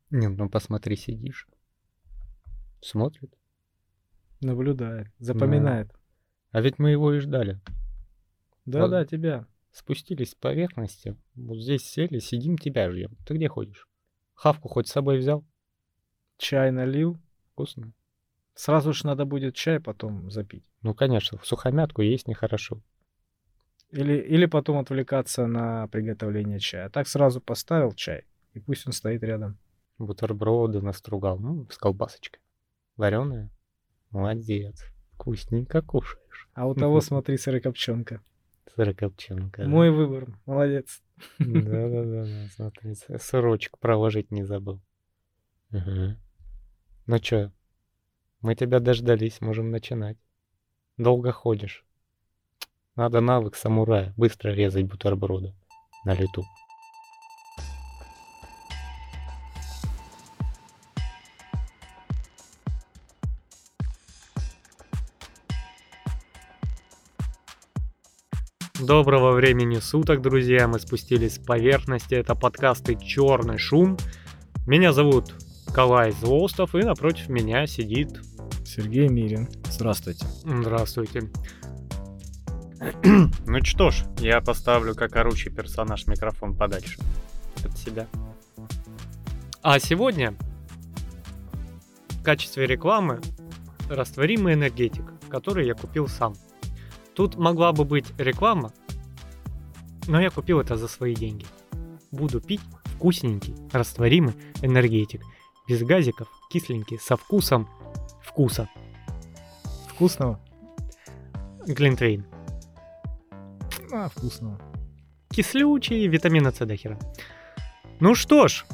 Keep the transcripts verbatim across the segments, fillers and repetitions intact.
Не, ну посмотри, сидишь. Смотрит. Наблюдает, Да. запоминает. А ведь мы его и ждали. Вот Да-да, тебя. спустились с поверхности, вот здесь сели, сидим, тебя ждем. Ты где ходишь? Хавку хоть с собой взял? Чай налил. Вкусно? Сразу ж надо будет чай потом запить. Ну, конечно, в сухомятку есть нехорошо. Или, или потом отвлекаться на приготовление чая. Так сразу поставил чай, и пусть он стоит рядом. Бутерброды настругал, ну, с колбасочкой. Вареная? Молодец. Вкусненько кушаешь. А у того, смотри, сырокопченка. Сырокопченка, да? Мой выбор. Молодец. Да-да-да, смотри, с- сырочек проложить не забыл. Ага. Ну чё, мы тебя дождались, можем начинать. Долго ходишь. Надо навык самурая, быстро резать бутерброды на лету. Доброго времени суток, друзья. Мы спустились с поверхности. Это подкасты «Черный шум». Меня зовут Калай Злостов, и напротив меня сидит... Сергей Мирин. Здравствуйте. Здравствуйте. Ну что ж, я поставлю как орущий персонаж микрофон подальше от себя. А сегодня в качестве рекламы растворимый энергетик, который я купил сам. Тут могла бы быть реклама, но я купил это за свои деньги. Буду пить вкусненький, растворимый энергетик. Без газиков, кисленький, со вкусом вкуса. Вкусного? Глинтвейн. А, вкусного. Кислючий, витамина С до хера. Ну что ж,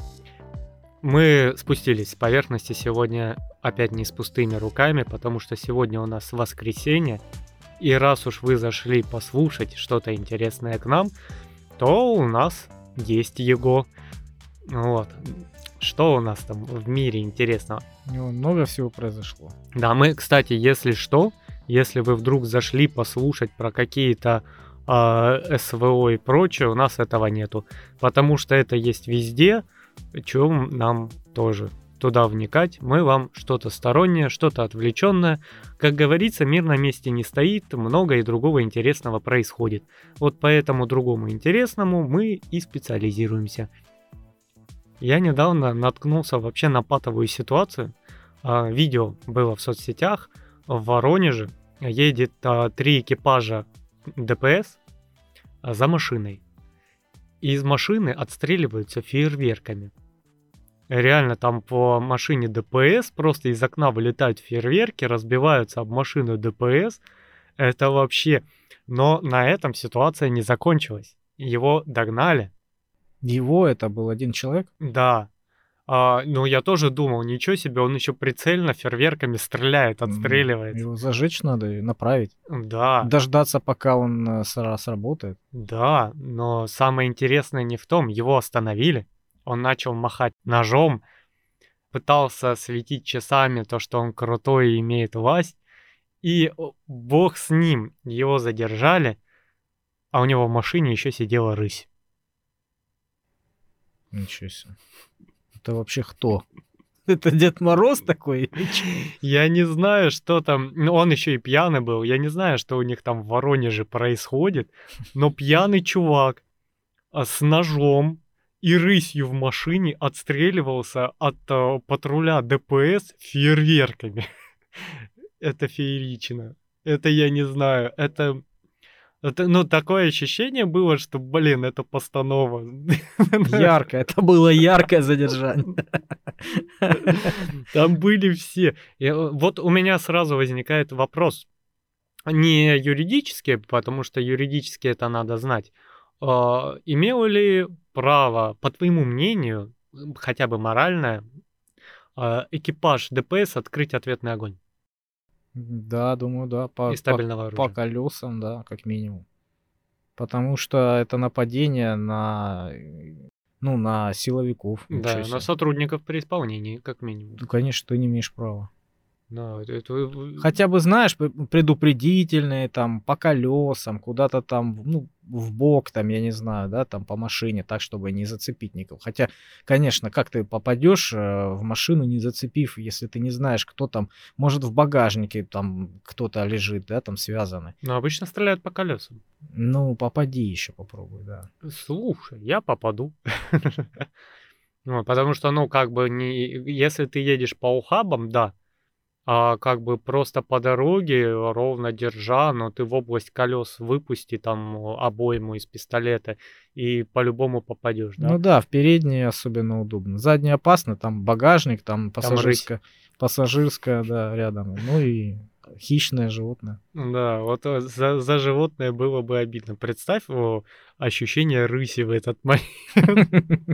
мы спустились с поверхности сегодня опять не с пустыми руками, потому что сегодня у нас воскресенье. И раз уж вы зашли послушать что-то интересное к нам, то у нас есть его. Вот. Что у нас там в мире интересного? У него много всего произошло. Да, мы, кстати, если что, если вы вдруг зашли послушать про какие-то э, СВО и прочее, у нас этого нету. Потому что это есть везде, чем нам тоже туда вникать. Мы вам что-то стороннее, что-то отвлеченное. Как говорится, мир на месте не стоит, много и другого интересного происходит. Вот по этому другому интересному мы и специализируемся. Я недавно наткнулся вообще на патовую ситуацию. А, видео было в соцсетях. В Воронеже едет а, три экипажа ДПС а, за машиной. И из машины отстреливаются фейерверками. Реально там по машине ДПС просто из окна вылетают фейерверки, разбиваются об машину ДПС. Это вообще... Но на этом ситуация не закончилась. Его догнали. Его это был один человек? Да. А, ну, я тоже думал, ничего себе, он еще прицельно фейерверками стреляет, М, отстреливается. Его зажечь надо и направить. Да, Дождаться, пока он э, сра- сработает. да, но самое интересное не в том, его остановили. Он начал махать ножом, пытался светить часами то, что он крутой и имеет власть. И о, бог с ним, его задержали, а у него в машине еще сидела рысь. Ничего себе. Это вообще кто? Это Дед Мороз такой? или чё? Я не знаю, что там... Ну, он еще и пьяный был. Я не знаю, что у них там в Воронеже происходит. Но пьяный чувак а, с ножом и рысью в машине отстреливался от а, патруля ДПС фейерверками. Это феерично. Это я не знаю. Это... Это, ну, такое ощущение было, что, блин, это постанова. Ярко. Это было яркое задержание. Там были все. И э, вот у меня сразу возникает вопрос. Не юридически, потому что юридически это надо знать. А, имел ли право, по твоему мнению, м, хотя бы моральное, а, экипаж ДПС открыть ответный огонь Да, думаю, да. По, из по, стабильного по оружия? колесам, да, как минимум. Потому что это нападение на, э, ну, на силовиков. Ничего Да, на себе. сотрудников при исполнении, как минимум. Ну, конечно, ты не имеешь права. Да, это, это, э, Хотя бы, знаешь, п- предупредительные там по колесам, куда-то там, в- ну, в бок, там, я не знаю, да, там по машине, так, чтобы не зацепить никого. Хотя, конечно, как ты попадешь э, в машину, не зацепив, если ты не знаешь, кто там, может, в багажнике там кто-то лежит, да, там связанный. ну, обычно стреляют по колесам. Ну, попади еще попробуй, да. Слушай, я попаду. Вот, потому что, ну, как бы, не, если ты едешь по ухабам, да, а как бы просто по дороге, ровно держа, но ты в область колес выпусти там э, обойму из пистолета и по-любому попадешь, Ну да? да, в передней особенно удобно. Задний опасно, там багажник, там Там рысь. пассажирская, пассажирская, да, рядом. Ну и хищное животное. Да, вот э, за, за животное было бы обидно. Представь о, ощущение рыси в этот момент.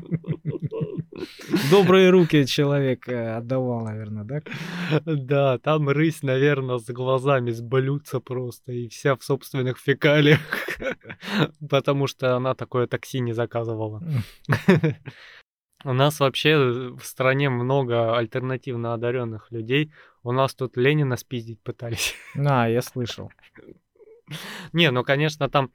В добрые руки человек э, отдавал, наверное, да? Да, там рысь, наверное, с глазами сблюдца просто и вся в собственных фекалиях, потому что она такое такси не заказывала. М. У нас вообще э, в стране много альтернативно одаренных людей. У нас тут Ленина спиздить пытались. А, я слышал. Не, ну, конечно, там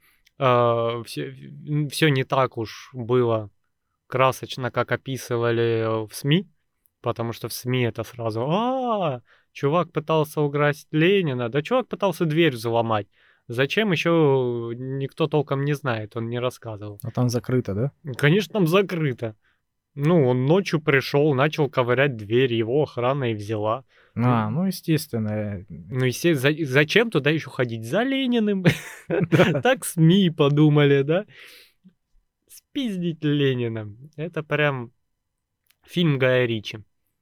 все не так уж было красочно, как описывали э, в СМИ, потому что в СМИ это сразу: а, чувак пытался угрозить Ленина, да чувак пытался дверь взломать. Зачем еще никто толком не знает, он не рассказывал. А там закрыто, да? Конечно, там закрыто. Ну, он ночью пришел, начал ковырять дверь, его охрана и взяла. А, Ну, ну, естественно. э, ну естественно, за- зачем туда еще ходить? За Лениным. Да. Так СМИ подумали, да? Спиздить Ленина. Это прям фильм Гая Ричи.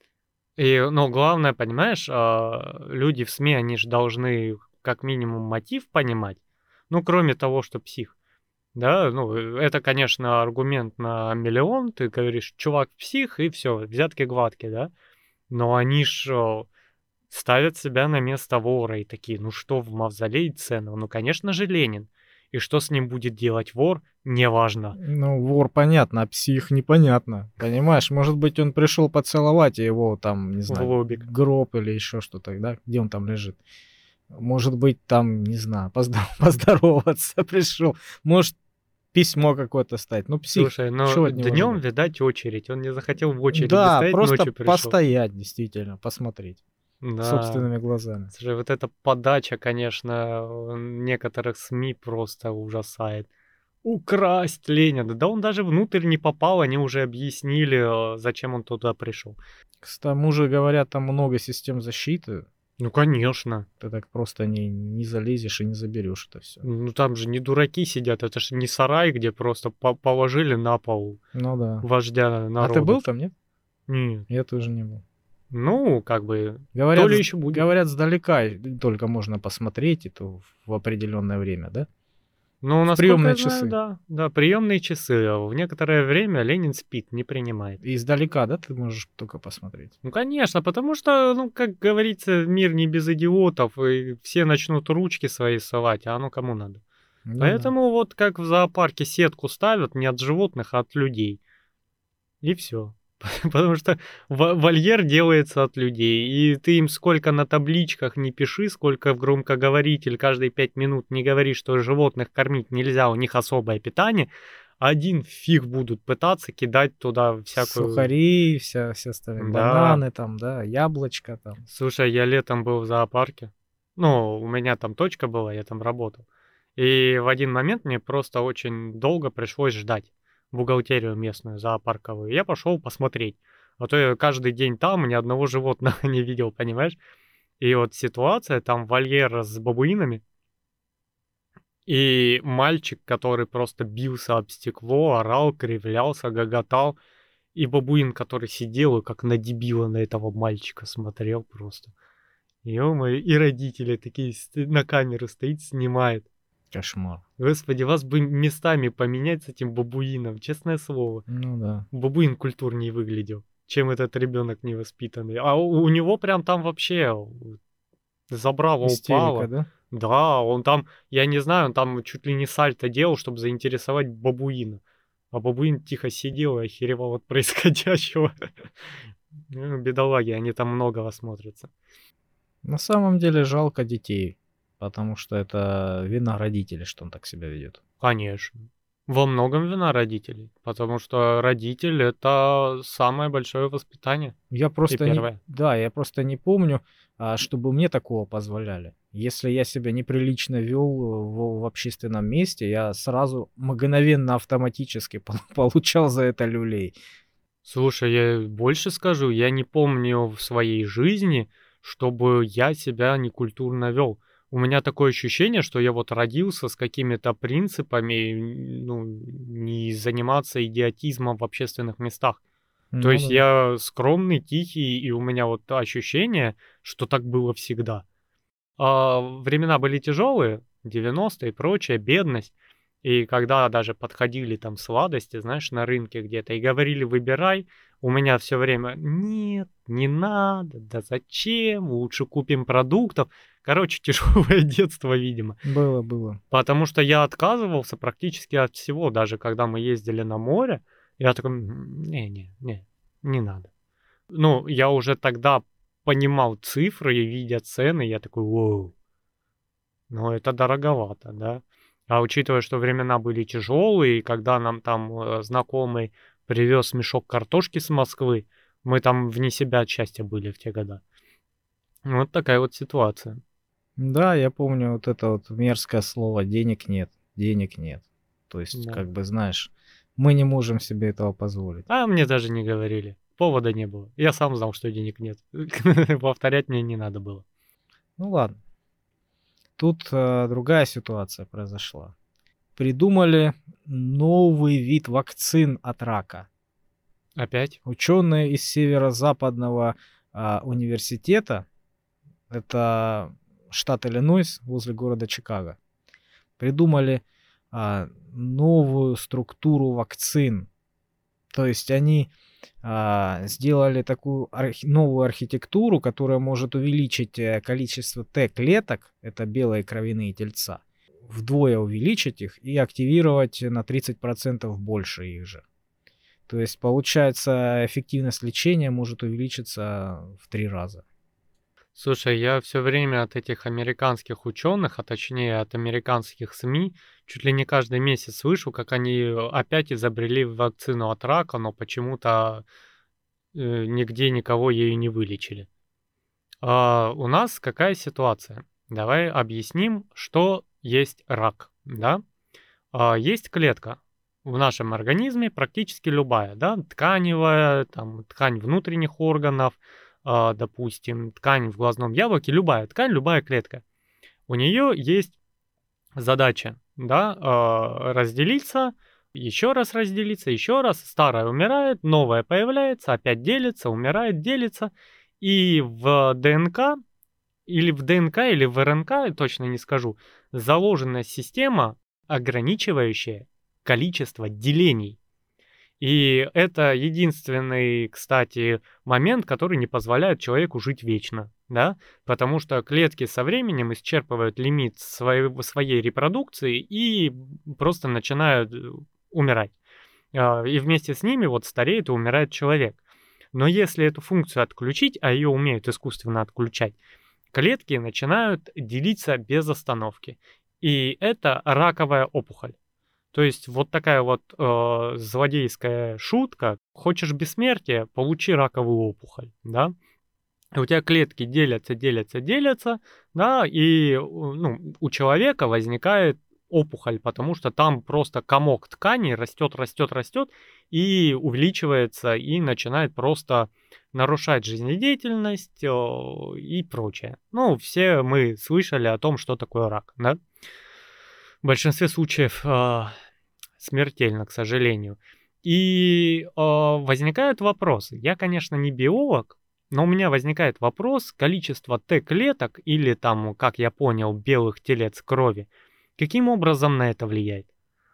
И, но главное, понимаешь, а, люди в СМИ, они же должны как минимум мотив понимать. Ну, кроме того, что псих. Да, ну, э, это, конечно, аргумент на миллион. Ты говоришь, чувак псих, и все, взятки гладкие, да? Но они ж э, ставят себя на место вора и такие: ну что в мавзолее ценного? Ну, конечно же, Ленин. И что с ним будет делать вор, неважно. Ну, вор понятно, а псих непонятно. Понимаешь, может быть, он пришел поцеловать и его там, не В знаю, лобик. гроб или еще что-то, да? Где он там лежит? Может быть, там, не знаю, поздо- поздороваться пришел. Может, письмо какое-то стать. Ну, псих, Слушай, ну чего от него днем, ожидать? видать, очередь. Он не захотел в очереди Да, стоять, просто ночью пришел. постоять, действительно, посмотреть Да. собственными глазами. Слушай, вот эта подача, конечно, э, некоторых СМИ просто ужасает. Украсть Ленина. Да он даже внутрь не попал, они уже объяснили, э, зачем он туда пришел. К тому же, говорят, там много систем защиты. Ну, конечно. Ты так просто не, не залезешь и не заберешь это все. Ну, там же не дураки сидят, это же не сарай, где просто по- положили на пол Ну да. вождя А ты был народов. там, нет? Нет. Я тоже не был. Ну, как бы, то Говорят, ли с- еще будет. говорят, сдалека только можно посмотреть, и то в определенное время, да? Ну, В насколько приемные я знаю, часы. да. Да, приемные часы. а В некоторое время Ленин спит, не принимает. И издалека, да, ты можешь только посмотреть. Ну, конечно, потому что, ну, как говорится, мир не без идиотов, и все начнут ручки свои совать, а оно кому надо. Ну да. Поэтому вот как в зоопарке сетку ставят не от животных, а от людей. И все. Потому что во- вольер делается от людей, и ты им сколько на табличках не пиши, сколько в громкоговоритель каждые пять минут не говори, что животных кормить нельзя, у них особое питание, один фиг будут пытаться кидать туда всякую... Сухари, вся, все остальные, Да. бананы там, да, яблочко там. Слушай, я летом был в зоопарке. Ну, у меня там точка была, я там работал. И в один момент мне просто очень долго пришлось ждать бухгалтерию местную зоопарковую. Я пошел посмотреть. А то я каждый день там ни одного животного не видел, понимаешь? И вот ситуация, там вольер с бабуинами, и мальчик, который просто бился об стекло, орал, кривлялся, гоготал. И бабуин, который сидел и как на дебила на этого мальчика смотрел просто. Ё-моё, и родители такие ст- на камеру стоит, снимает. Кошмар. Господи, вас бы местами поменять с этим бабуином, честное слово. Ну да. Бабуин культурнее выглядел, чем этот ребенок невоспитанный. А у, у него прям там вообще забрало Истерика, упало. да? Да, он там, я не знаю, он там чуть ли не сальто делал, чтобы заинтересовать бабуина. А бабуин тихо сидел и охеревал от происходящего. Ну, бедолаги, они там многого смотрятся. На самом деле жалко детей, потому что это вина родителей, что он так себя ведет. Конечно. Во многом вина родителей, потому что родитель- это самое большое воспитание Я и просто не первое. да, я просто не помню, а, чтобы мне такого позволяли. Если я себя неприлично вел в в общественном месте, я сразу мгновенно, автоматически пол получал за это люлей. Слушай, я больше скажу, я не помню в своей жизни, чтобы я себя некультурно вел. У меня такое ощущение, что я вот родился с какими-то принципами, н ну, не заниматься идиотизмом в общественных местах. То Ну есть да. я скромный, тихий, и у меня вот ощущение, что так было всегда. А, времена были тяжелые, девяностые и прочее, бедность. И когда даже подходили там сладости, знаешь, на рынке где-то и говорили: "Выбирай", у меня все время: "Нет, не надо, да зачем, лучше купим продуктов". Короче, тяжелое детство, видимо. Было, было. Потому что я отказывался практически от всего, даже когда мы ездили на море. Я такой: "М, не не не, не надо". Ну, я уже тогда понимал цифры и видя цены, я такой: "Воу". Ну, это дороговато, да. А учитывая, что времена были тяжелые, и когда нам там, э, знакомый привез мешок картошки с Москвы, мы там вне себя от счастья были в те года. Вот такая вот ситуация. Да, я помню вот это вот мерзкое слово "денег нет", "денег нет". То есть, Да. как бы, знаешь, мы не можем себе этого позволить. А мне даже не говорили. Повода не было. Я сам знал, что денег нет. Повторять мне не надо было. Ну ладно, тут, э, другая ситуация произошла. Придумали новый вид вакцин от рака. Опять? Ученые из северо-западного, а, университета, это штат Иллинойс, возле города Чикаго, придумали, а, новую структуру вакцин. То есть они, а, сделали такую архи новую архитектуру, которая может увеличить, э, количество Т-клеток, это белые кровяные тельца, вдвое увеличить их и активировать на тридцать процентов больше их же. То есть, получается, эффективность лечения может увеличиться в три раза. Слушай, я все время от этих американских ученых, а точнее от американских СМИ, чуть ли не каждый месяц слышу, как они э, опять изобрели вакцину от рака, но почему-то э, нигде никого ею не вылечили. А, у нас какая ситуация? Давай объясним, что есть рак, да? А, есть клетка в нашем организме, практически любая, да, тканевая, там, ткань внутренних органов, а, допустим, ткань в глазном яблоке, любая ткань, любая клетка. У нее есть задача, да, а, разделиться, еще раз разделиться, еще раз, старая умирает, новая появляется, опять делится, умирает, делится, и в ДНК или в ДНК, или в РНК, точно не скажу, заложена система, ограничивающая количество делений. И это единственный, кстати, момент, который не позволяет человеку жить вечно, да, потому что клетки со временем исчерпывают лимит своего, своей репродукции и просто начинают э, умирать. А, И вместе с ними вот стареет и умирает человек. Но если эту функцию отключить, а ее умеют искусственно отключать, клетки начинают делиться без остановки. И это раковая опухоль. То есть вот такая вот э, злодейская шутка. Хочешь бессмертия, получи раковую опухоль, да? И у тебя клетки делятся, делятся, делятся, да, и у- ну, у человека возникает опухоль, потому что там просто комок ткани растет, растет, растет и увеличивается, и начинает просто нарушать жизнедеятельность э, и прочее. Ну, все мы слышали о том, что такое рак, да? В большинстве случаев э, смертельно, к сожалению. И, а, возникают вопросы. Я, конечно, не биолог, но у меня возникает вопрос: количество Т-клеток или там, как я понял, белых телец крови, каким образом на это влияет?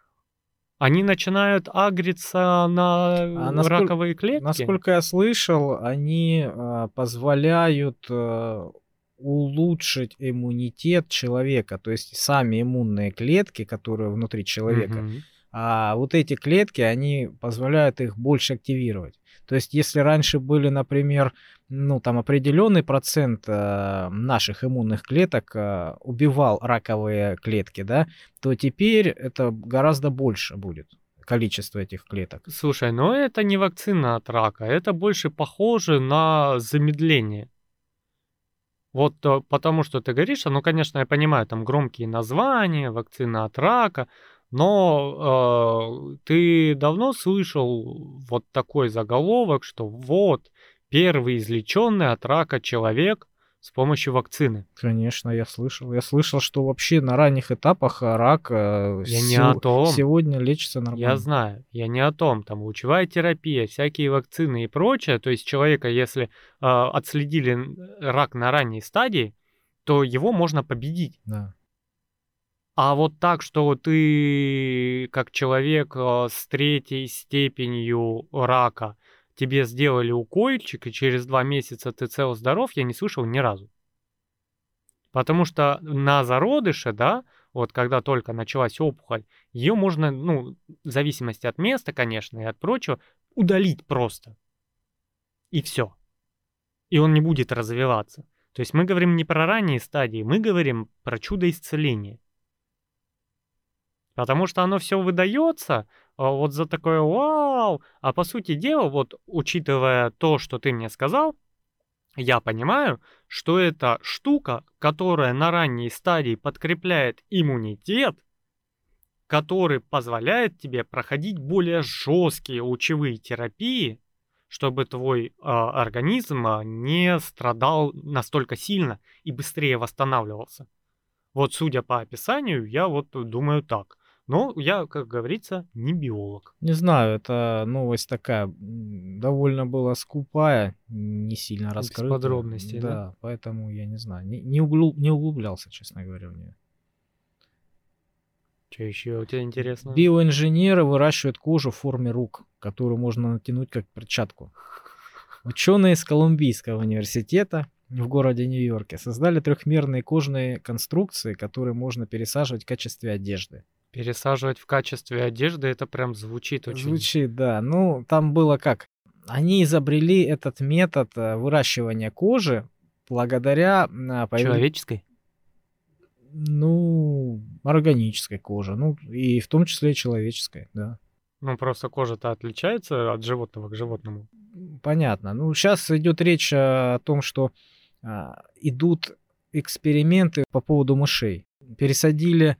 Они начинают агриться на А э, насколь раковые клетки? насколько я слышал, они, а, позволяют, э, улучшить иммунитет человека. То есть сами иммунные клетки, которые внутри человека, Мгм. а вот эти клетки, они позволяют их больше активировать. То есть, если раньше были, например, ну, там определенный процент э, наших иммунных клеток э, убивал раковые клетки, да, то теперь это гораздо больше будет количество этих клеток. Слушай, но это не вакцина от рака, это больше похоже на замедление. Вот э, потому что ты говоришь, ну, конечно, я понимаю, там громкие названия, вакцина от рака, но э, ты давно слышал вот такой заголовок, что вот первый излеченный от рака человек с помощью вакцины. Конечно, я слышал. Я слышал, что вообще на ранних этапах а, рак э, Я не о сего- том. сегодня лечится Я нормально. знаю, я не о том, там лучевая терапия, всякие вакцины и прочее. То есть человека, если э, отследили н- рак на ранней стадии, то его можно победить. Да. А вот так, что ты как человек э, с третьей степенью рака, тебе сделали укольчик, и через два месяца ты цел здоров, я не слышал ни разу. Потому что на зародыше, да, вот когда только началась опухоль, ее можно, ну, в зависимости от места, конечно, и от прочего, удалить просто. И все. И он не будет развиваться. То есть мы говорим не про ранние стадии, мы говорим про чудо исцеления. Потому что оно все выдается а, вот за такое вау. А по сути дела, вот учитывая то, что ты мне сказал, я понимаю, что это штука, которая на ранней стадии подкрепляет иммунитет, который позволяет тебе проходить более жесткие лучевые терапии, чтобы твой а, организм а, не страдал настолько сильно и быстрее восстанавливался. Вот судя по описанию, я вот думаю так. Но я, как говорится, не биолог. Не знаю, эта новость такая м, довольно была скупая, не сильно Без раскрытая. подробностей, да? Да, поэтому я не знаю. Не, не, углу- не углублялся, честно говоря, в нее. Что еще у тебя интересно? Биоинженеры выращивают кожу в форме рук, которую можно натянуть как перчатку. Ученые из Колумбийского университета в городе Нью-Йорке создали трехмерные кожные конструкции, которые можно пересаживать в качестве одежды. Пересаживать в качестве одежды, это прям звучит очень... Звучит, да. Ну, там было как? Они изобрели этот метод э, выращивания кожи благодаря а, появлению, Человеческой? ну, органической кожи, ну, и в том числе и человеческой, да. Ну, просто кожа-то отличается от животного к животному. Понятно. Ну, сейчас идет речь а, о том, что а, идут эксперименты по поводу мышей. Пересадили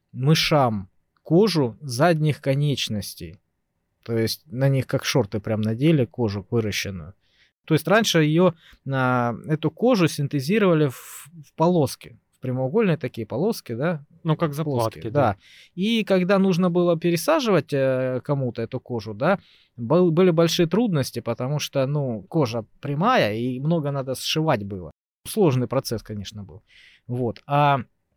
мышам кожу задних конечностей. То есть на них как шорты прям надели кожу выращенную. То есть раньше ее, а, эту кожу синтезировали в, в полоски. В прямоугольные такие полоски, да? Ну, как Плоские, заплатки, да. да. И когда нужно было пересаживать э, кому-то эту кожу, да, был, были большие трудности, потому что, ну, кожа прямая, и много надо сшивать было. Сложный процесс, конечно, был. Вот. А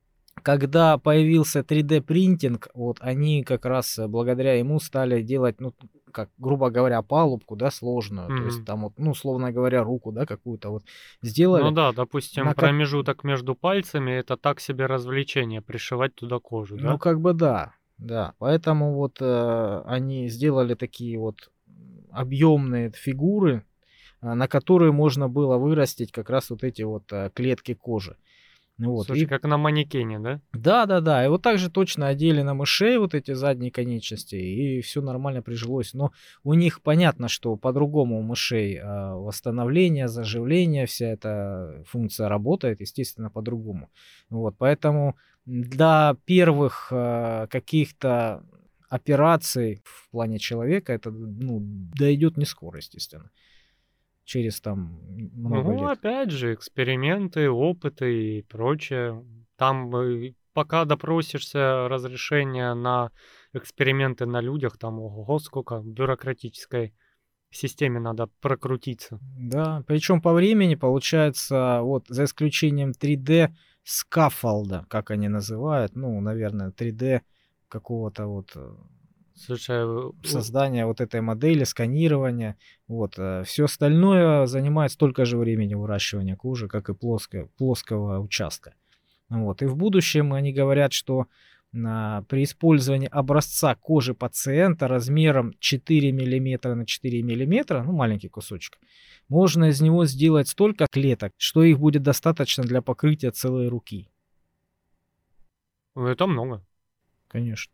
когда появился три дэ принтинг, вот они как раз э, благодаря ему стали делать, ну, как, грубо говоря, палубку, да, сложную. То есть Мгм. там вот, ну, условно говоря, руку, да, какую-то вот Ну сделали. да, допустим, На как... промежуток между пальцами это так себе развлечение, пришивать туда кожу, Ну, да? как бы да, да. Поэтому вот э, они сделали такие вот объемные фигуры, а, на которые можно было вырастить как раз вот эти вот э, клетки кожи. Ну вот. Слушай, И как на манекене, да? да, да, да. И вот так же точно одели на мышей вот эти задние конечности, и все нормально прижилось. Но у них понятно, что по-другому у мышей а, восстановление, заживление, вся эта функция работает, естественно, по-другому. Вот, поэтому для первых а, каких-то операций в плане человека это, ну, дойдет не скоро, естественно. Через там много Ну, лет. опять же, эксперименты, опыты и прочее. Там э, пока допросишься разрешения на эксперименты на людях, там, ого, сколько в бюрократической системе надо прокрутиться. Да, причем по времени получается, вот за исключением три дэ скафолда, как они называют, ну, наверное, три дэ какого-то вот э, Слушай, э, у- создания вот этой модели, сканирования, вот, все остальное занимает столько же времени выращивания кожи, как и плоско, плоского участка. Вот, и в будущем они говорят, что на, при использовании образца кожи пациента размером четыре миллиметра на четыре миллиметра, ну маленький кусочек, можно из него сделать столько клеток, что их будет достаточно для покрытия целой руки. Ну, это много. Конечно.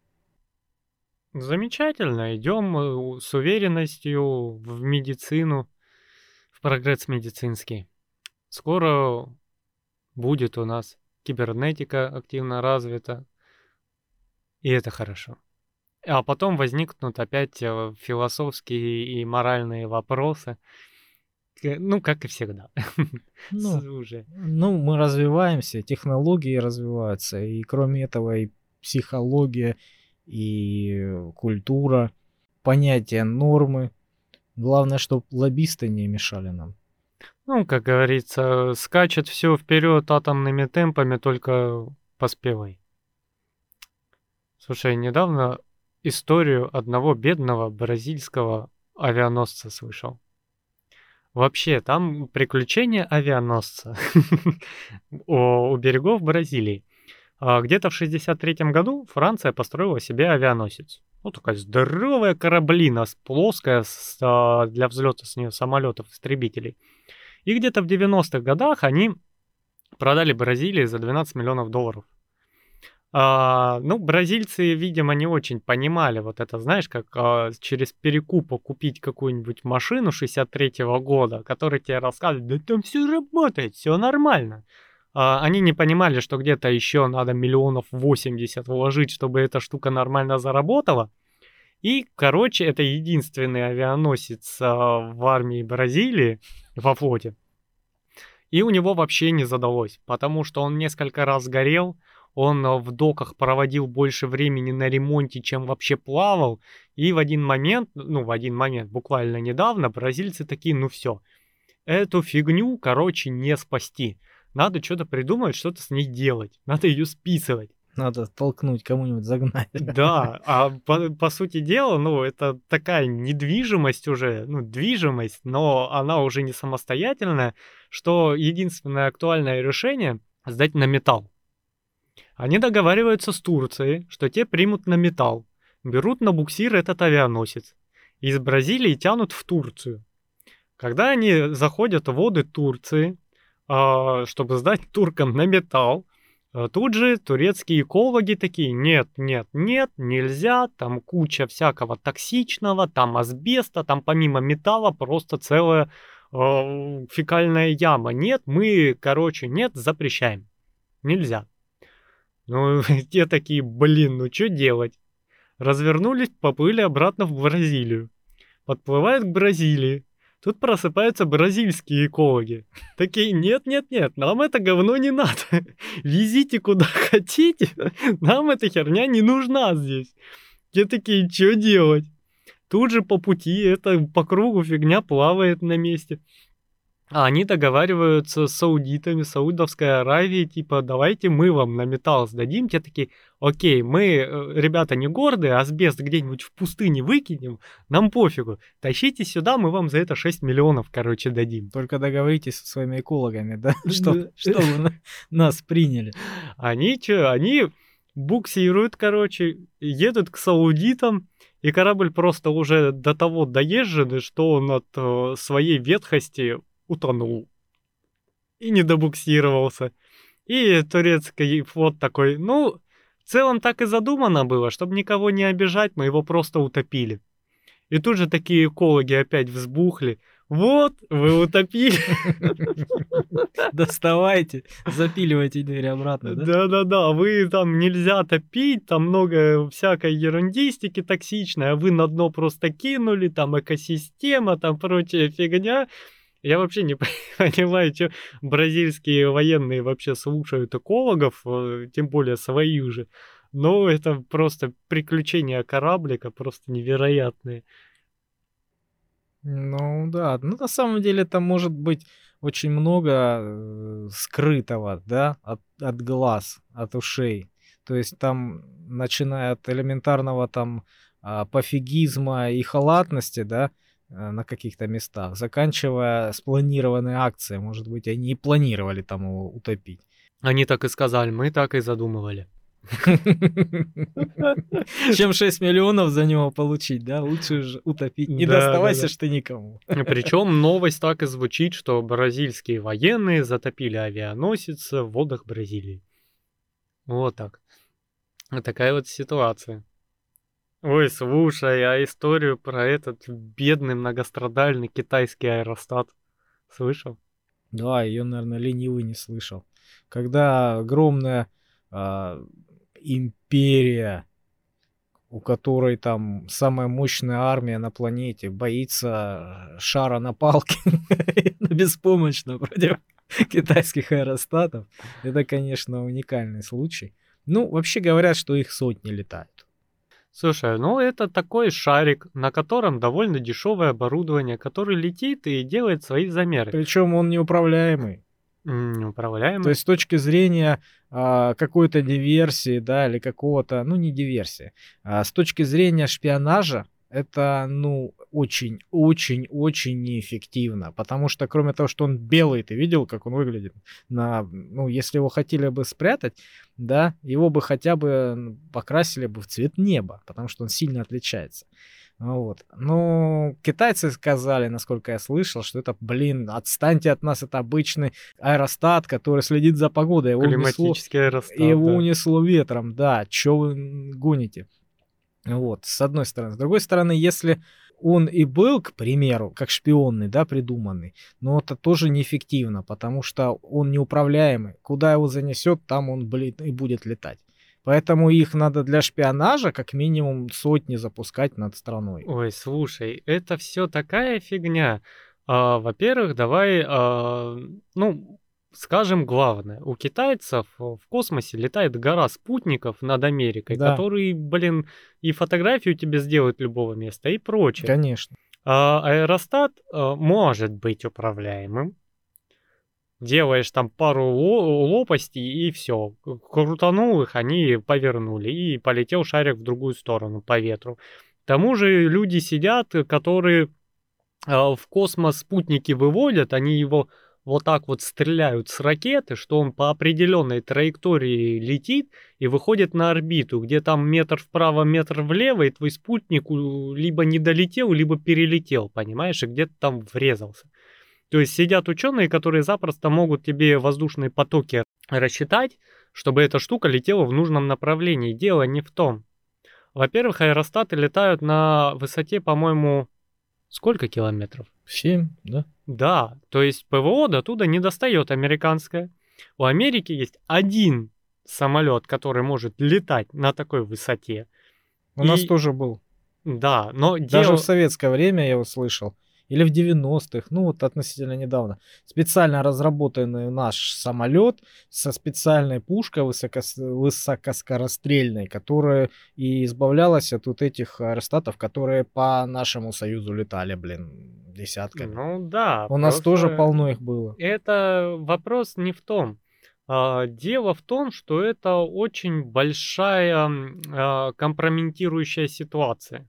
Замечательно. Идем э, с уверенностью в медицину, в прогресс медицинский. Скоро будет у нас кибернетика активно развита, и это хорошо. А потом возникнут опять э, философские и моральные вопросы, К- ну, как и всегда. С- Ну, Уже. ну, мы развиваемся, технологии развиваются, и кроме этого и психология, и э, культура, понятия нормы. Главное, чтобы лоббисты не мешали нам. Ну, как говорится, скачет все вперед атомными темпами, только поспевай. Слушай, недавно историю одного бедного бразильского авианосца слышал. Вообще, там приключения авианосца у у берегов Бразилии. А, Где-то в шестьдесят третьем году Франция построила себе авианосец. Ну, такая здоровая кораблина, с- плоская, с, а, для взлета с нее самолетов, истребителей. И где-то в девяностых годах они продали Бразилии за двенадцать миллионов долларов. А, ну, бразильцы, видимо, не очень понимали вот это, знаешь, как а, через перекупок купить какую-нибудь машину шестьдесят третьего года, который тебе рассказывает, да там все работает, все нормально. А, они не понимали, что где-то еще надо миллионов восемьдесят вложить, чтобы эта штука нормально заработала. И, короче, это единственный авианосец а, в армии Бразилии, во флоте. И у него вообще не задалось, потому что он несколько раз горел, он э, в доках проводил больше времени на ремонте, чем вообще плавал. И в один момент, ну в один момент, буквально недавно, бразильцы такие, ну все, эту фигню, короче, не спасти. Надо что-то придумать, что-то с ней делать. Надо ее списывать. Надо толкнуть, кому-нибудь загнать. Да, а по, по сути дела, ну, это такая недвижимость уже, ну, движимость, но она уже не самостоятельная, что единственное актуальное решение — сдать на металл. Они договариваются с Турцией, что те примут на металл, берут на буксир этот авианосец, и из Бразилии тянут в Турцию. Когда они заходят в воды Турции, а, чтобы сдать туркам на металл, а, тут же турецкие экологи такие: нет, нет, нет, нельзя, там куча всякого токсичного, там асбеста, там помимо металла просто целая а, фекальная яма. Нет, мы, короче, нет, запрещаем. Нельзя. Ну, те такие, блин, ну что делать? Развернулись, поплыли обратно в Бразилию. Подплывают к Бразилии. Тут просыпаются бразильские экологи. Такие: нет, нет, нет, нам это говно не надо. Везите куда хотите, нам эта херня не нужна здесь. Те такие: что делать? Тут же по пути это по кругу фигня плавает на месте. А они договариваются с саудитами, Саудовской Аравией, типа: давайте мы вам на металл сдадим. Те такие: окей, мы, э, ребята, не гордые, асбест где-нибудь в пустыне выкинем, нам пофигу. Тащите сюда, мы вам за это шесть миллионов, короче, дадим. Только договоритесь со своими экологами, да, Да. что, чтобы на- нас приняли. Они что, они буксируют, короче, едут к саудитам, и корабль просто уже до того доезженный, что он от э, своей ветхости утонул и не добуксировался. И турецкий флот такой: ну, в целом так и задумано было, чтобы никого не обижать, мы его просто утопили. И тут же такие экологи опять взбухли: вот, вы утопили. Доставайте, запиливайте двери обратно, да? Да-да-да, вы там нельзя топить, там много всякой ерундистики токсичной, а вы на дно просто кинули, там экосистема, там прочая фигня. Я вообще не понимаю, что бразильские военные вообще слушают экологов, э, тем более свои же. Но это просто приключения кораблика, просто невероятные. Ну да, ну на самом деле там может быть очень много э, скрытого, да, от, от глаз, от ушей. То есть там, начиная от элементарного там а, пофигизма и халатности, да, э, на каких-то местах, заканчивая спланированной акцией. Может быть, они и планировали там его утопить. Они так и сказали, мы так и задумывали. Чем шесть миллионов за него получить, да? Лучше же утопить. Не Да, да, доставайся да. ж ты никому. Причем новость так и звучит, что бразильские военные затопили авианосец в водах Бразилии. Вот так. Вот такая вот ситуация. Ой, слушай, а историю про этот бедный многострадальный китайский аэростат слышал? Да, ее, наверное, ленивый не слышал. Когда огромная а, империя, у которой там самая мощная армия на планете, боится шара на палке беспомощно против китайских аэростатов, это, конечно, уникальный случай. Ну, вообще говорят, что их сотни летают. Слушай, ну это такой шарик, на котором довольно дешевое оборудование, который летит и делает свои замеры. Причем он неуправляемый. М, То Неуправляемый. есть с точки зрения а, какой-то диверсии, да, или какого-то, ну не диверсии, а с точки зрения шпионажа, это, ну, очень-очень-очень неэффективно, потому что кроме того, что он белый, ты видел, как он выглядит? На, ну, если его хотели бы спрятать, да, его бы хотя бы м, покрасили бы в цвет неба, потому что он сильно отличается. Вот. Ну, китайцы сказали, насколько я слышал, что это, блин, отстаньте от нас, это обычный аэростат, который следит за погодой. Его унесло, Климатический аэростат, его да. унесло ветром, да, чё вы м, гоните? Вот, с одной стороны. С другой стороны, если он и был, к примеру, как шпионный, да, придуманный, но это тоже неэффективно, потому что он неуправляемый. Куда его занесет, там он, блин, и будет летать. Поэтому их надо для шпионажа как минимум сотни запускать над страной. Ой, слушай, это все такая фигня. А, во-первых, давай, а, ну, скажем главное. У китайцев в космосе летает гора спутников над Америкой, Да, которые, блин, и фотографию тебе сделают любого места и прочее. конечно. А аэростат а, может быть управляемым. Делаешь там пару ло- лопастей и все. Крутанул их, они повернули, и полетел шарик в другую сторону по ветру. К тому же люди сидят, э, которые а, в космос спутники выводят, они его вот так вот стреляют с ракеты, что он по определенной траектории летит и выходит на орбиту, где там метр вправо, метр влево, и твой спутник у- либо не долетел, либо перелетел, понимаешь, и где-то там врезался. То есть сидят ученые, которые запросто могут тебе воздушные потоки рассчитать, чтобы эта штука летела в нужном направлении. Дело не в том. Во-первых, аэростаты летают на высоте, по-моему, сколько километров? Семь, да? Да, то есть ПВО до туда не достает американское. У Америки есть один самолет, который может летать на такой высоте. У нас И тоже был. да, но Даже в дело... советское время я его слышал. Или в девяностых, ну вот относительно недавно. Специально разработанный наш самолет со специальной пушкой высокос- высокоскорострельной, которая и избавлялась от вот этих аэростатов, которые по нашему союзу летали, блин, десятками. Ну да, У нас тоже просто полно их было. это вопрос не в том. А, дело в том, что это очень большая м, а, компрометирующая ситуация.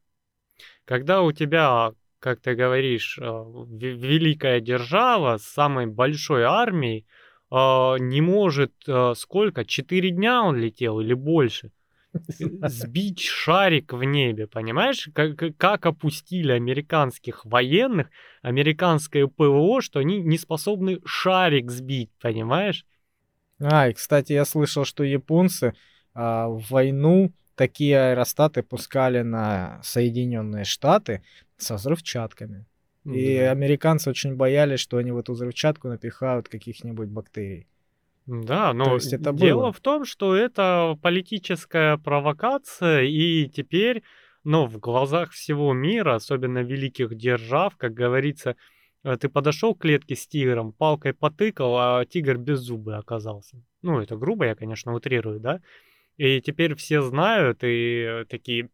Когда у тебя, как ты говоришь, а, ве- великая держава с самой большой армией а, не может, а, сколько, четыре дня он летел или больше, э, сбить шарик в небе, понимаешь? Как, как как опустили американских военных, американское ПВО, что они не способны шарик сбить, понимаешь? А, и, кстати, я слышал, что японцы а, в войну такие аэростаты пускали на Соединенные Штаты со взрывчатками. И Да. американцы очень боялись, что они в эту взрывчатку напихают каких-нибудь бактерий. Да, То но есть это дело было. в том, что это политическая провокация, и теперь, ну, в глазах всего мира, особенно великих держав, как говорится, э, ты подошел к клетке с тигром, палкой потыкал, а тигр беззубый оказался. Ну, это грубо, я, конечно, утрирую, да? И теперь все знают и э, такие,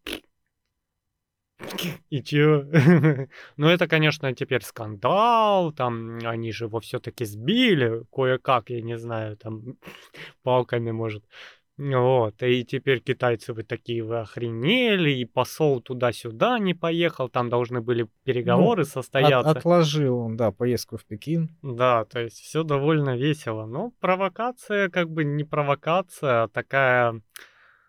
и чё? Ну, это, конечно, теперь скандал, там они же его все-таки сбили, кое-как, я не знаю, там палками, может. Вот, и теперь китайцы вы такие, вы охренели, и посол туда-сюда не поехал, там должны были Ну, переговоры от- состояться. отложил он, да, поездку в Пекин. Да, то есть все довольно весело, но провокация как бы не провокация, а такая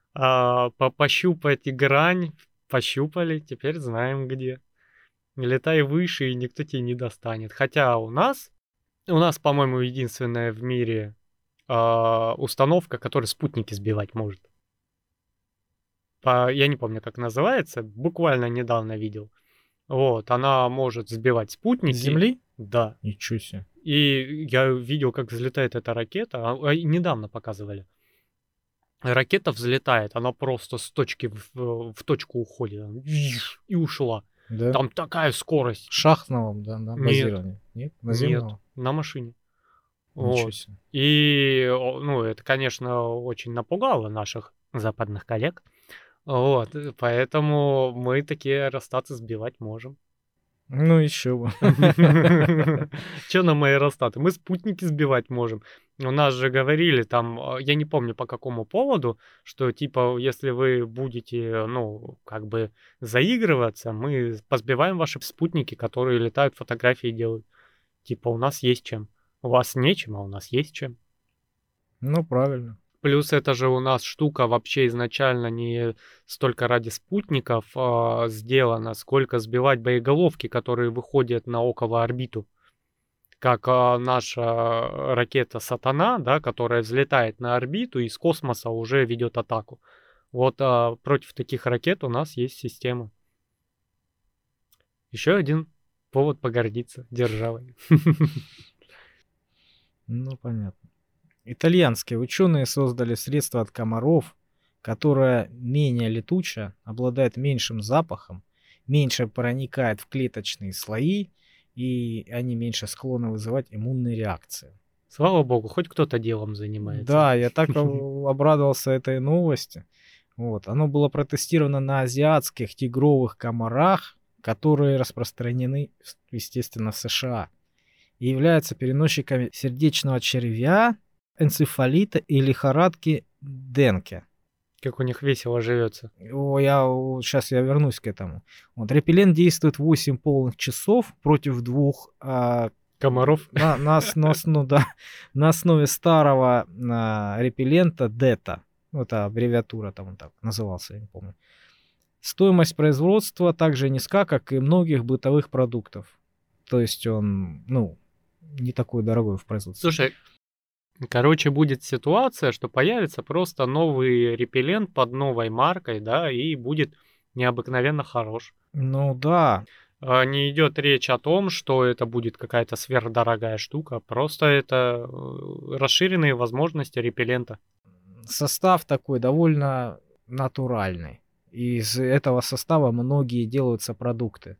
а, по- пощупать грань, пощупали, теперь знаем где. Летай выше, и никто тебя не достанет. Хотя у нас, у нас, по-моему, единственная в мире а, установка, которая спутники сбивать может. По- я не помню, как называется, буквально недавно видел. Вот, она может сбивать С спутники. Земли? Да. Ничего себе. И я видел, как взлетает эта ракета. а- а недавно показывали. Ракета взлетает, она просто с точки в, в точку уходит. она И ушла. Да? Там такая скорость. Шахтновом, да, да, Нет, базирование? Нет? нет, Наземного? на машине. Ничего Вот. себе. И, о, ну, это, конечно, очень напугало наших западных коллег. Вот, э, поэтому мы такие аэростаты сбивать можем. Ну, еще бы. Че нам аэростаты? Мы спутники сбивать можем. У нас же говорили там, а, я не помню по какому поводу, что типа, если вы будете, ну, как бы заигрываться, мы позбиваем ваши спутники, которые летают, фотографии делают. Типа, у нас есть чем. У вас нечем, а у нас есть чем. Ну, правильно. Плюс это же у нас штука вообще изначально не столько ради спутников а, сделана, сколько сбивать боеголовки, которые выходят на около орбиту. Как а, наша ракета «Сатана», да, которая взлетает на орбиту и с космоса уже ведет атаку. Вот а, против таких ракет у нас есть система. Еще один повод погордиться державой. Ну, понятно. Итальянские ученые создали средство от комаров, которое менее летуче, обладает меньшим запахом, меньше проникает в клеточные слои, и они меньше склонны вызывать иммунные реакции. Слава богу, хоть кто-то делом занимается. Да, я так об- обрадовался этой новости. Вот. Оно было протестировано на азиатских тигровых комарах, которые распространены, естественно, в США, и являются переносчиками сердечного червя, энцефалита и лихорадки Денке. Как у них весело живется. О, я сейчас я вернусь к этому. Вот репеллент действует восемь полных часов против двух а, Комаров. на, на, ос- на ос- ну да, на основе старого а, репеллента Дета. Ну, это аббревиатура, там он так назывался, я не помню. Стоимость производства также низка, как и многих бытовых продуктов. То есть он, ну, не такой дорогой в производстве. Слушай, короче, будет ситуация, что появится просто новый репеллент под новой маркой, да, и будет необыкновенно хорош. Ну да, А, Не идет речь о том, что это будет какая-то сверхдорогая штука, просто это э, расширенные возможности репеллента. состав такой довольно натуральный. Из этого состава многие делаются продукты.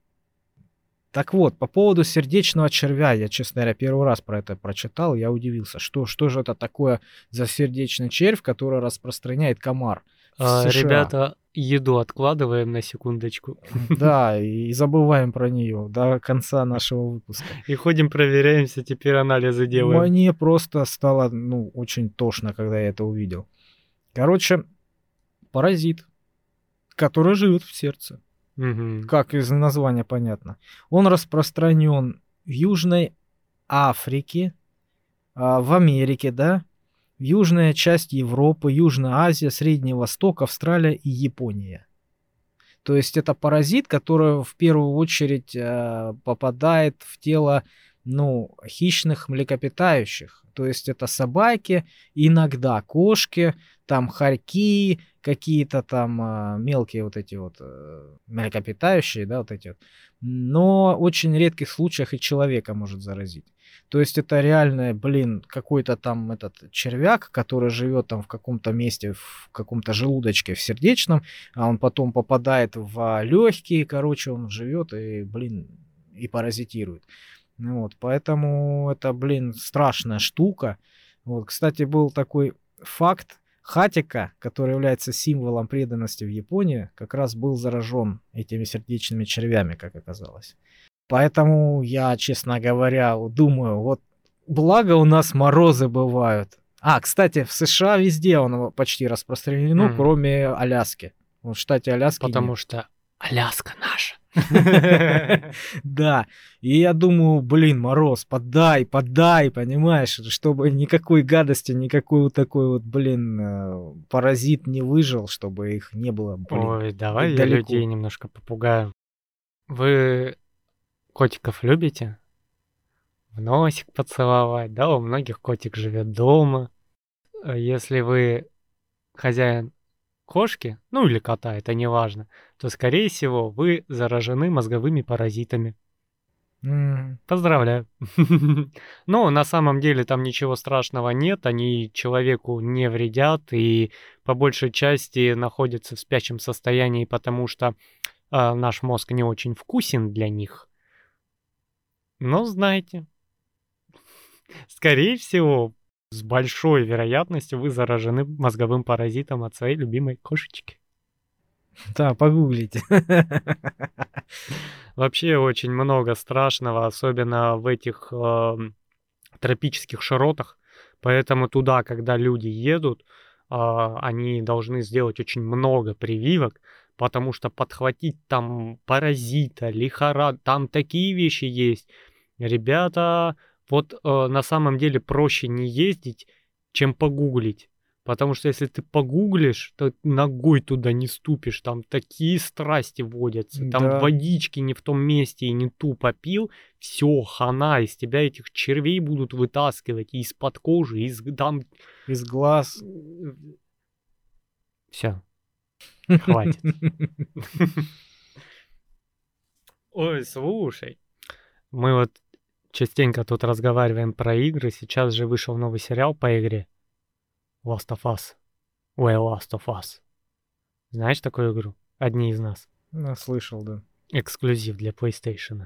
Так вот, по поводу сердечного червя, я, честно говоря, первый раз про это прочитал, я удивился, что, что же это такое за сердечный червь, который распространяет комар в А, США. Ребята, еду откладываем на секундочку Да, и забываем про нее до конца нашего выпуска. и ходим проверяемся, теперь анализы делаем. Мне просто стало, ну, очень тошно, когда я это увидел. Короче, паразит, который живет в сердце. Мгм. Как из названия понятно. Он распространен в Южной Африке, а, в Америке, да, в южная часть Европы, Южная Азия, Средний Восток, Австралия и Япония. То есть это паразит, который в первую очередь э, попадает в тело, ну, хищных млекопитающих. То есть это собаки, иногда кошки, там хорьки, какие-то там э, мелкие вот эти вот э, млекопитающие, да, вот эти вот. Но в очень редких случаях и человека может заразить. То есть это реально, блин, какой-то там этот червяк, который живет там в каком-то месте, в каком-то желудочке, в сердечном, а он потом попадает в легкие, короче, он живет и, блин, и паразитирует. Ну вот, поэтому это, блин, страшная штука. Вот, кстати, был такой факт. Хатика, который является символом преданности в Японии, как раз был заражен этими сердечными червями, как оказалось. Поэтому я, честно говоря, думаю, вот благо у нас морозы бывают. А, кстати, в США везде он почти распространено, Мгм. кроме Аляски. Вот в штате Аляски Потому нет. что Аляска наша. Да, и я думаю, блин, Мороз, подай, подай, понимаешь, чтобы никакой гадости, никакой вот такой вот, блин, э, паразит не выжил, чтобы их не было, блин, Ой, д- давай я людей далеко. немножко попугаю. Вы котиков любите? В носик поцеловать, да, у многих котик живет дома. Э, Если вы хозяин кошки, ну или кота, это не важно, то, скорее всего, вы заражены мозговыми паразитами. М, Поздравляю. Но на самом деле там ничего страшного нет, они человеку не вредят и по большей части находятся в спящем состоянии, потому что а, наш мозг не очень вкусен для них. Но знаете, скорее всего, с большой вероятностью вы заражены мозговым паразитом от своей любимой кошечки. Да, погуглите. Вообще очень много страшного, особенно в этих ам, тропических широтах. Поэтому туда, когда люди едут, а, они должны сделать очень много прививок, потому что подхватить там паразита, лихорадку, там такие вещи есть. Ребята, вот э, на самом деле проще не ездить, чем погуглить. Потому что если ты погуглишь, то ногой туда не ступишь, там такие страсти водятся, там Да, водички не в том месте и не ту попил, все, хана, из тебя этих червей будут вытаскивать и из-под кожи, из там... из глаз. Все, хватит. Ой, слушай, мы вот частенько тут разговариваем про игры, сейчас же вышел новый сериал по игре Last of Us. Ой, Last of Us. Знаешь такую игру? Одни из нас. Ну, слышал, да. Эксклюзив для PlayStation.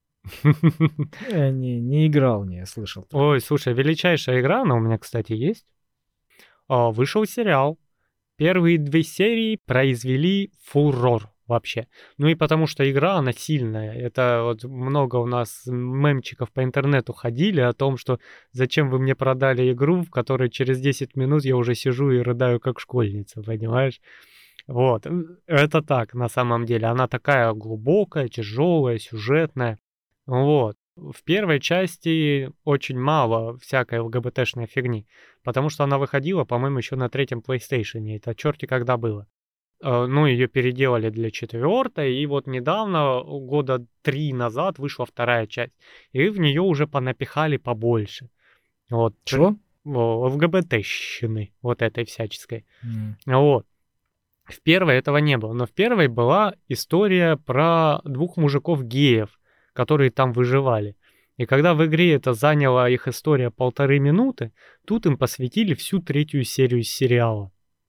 Я не, не играл, не слышал. только. Ой, слушай, величайшая игра, она у меня, кстати, есть. А, Вышел сериал. Первые две серии произвели фурор вообще. Ну и потому что игра, она сильная. Это вот много у нас мемчиков по интернету ходили о том, что зачем вы мне продали игру, в которой через десять минут я уже сижу и рыдаю как школьница, понимаешь? Вот, м, это так на самом деле. Она такая глубокая, тяжелая, сюжетная. Вот. В первой части очень мало всякой ЛГБТшной фигни, потому что она выходила, по-моему, еще на третьем PlayStation. Это черти когда было. Э, Ну, ее переделали для четвертой, и вот недавно, года три назад, вышла вторая часть. И в нее уже понапихали побольше. Вот. Чего? ЛГБТщины вот этой всяческой. М. Вот. В первой этого не было, но в первой была история про двух мужиков-геев, которые там выживали. И когда в игре это заняло их история полторы минуты, тут им посвятили всю третью серию сериала.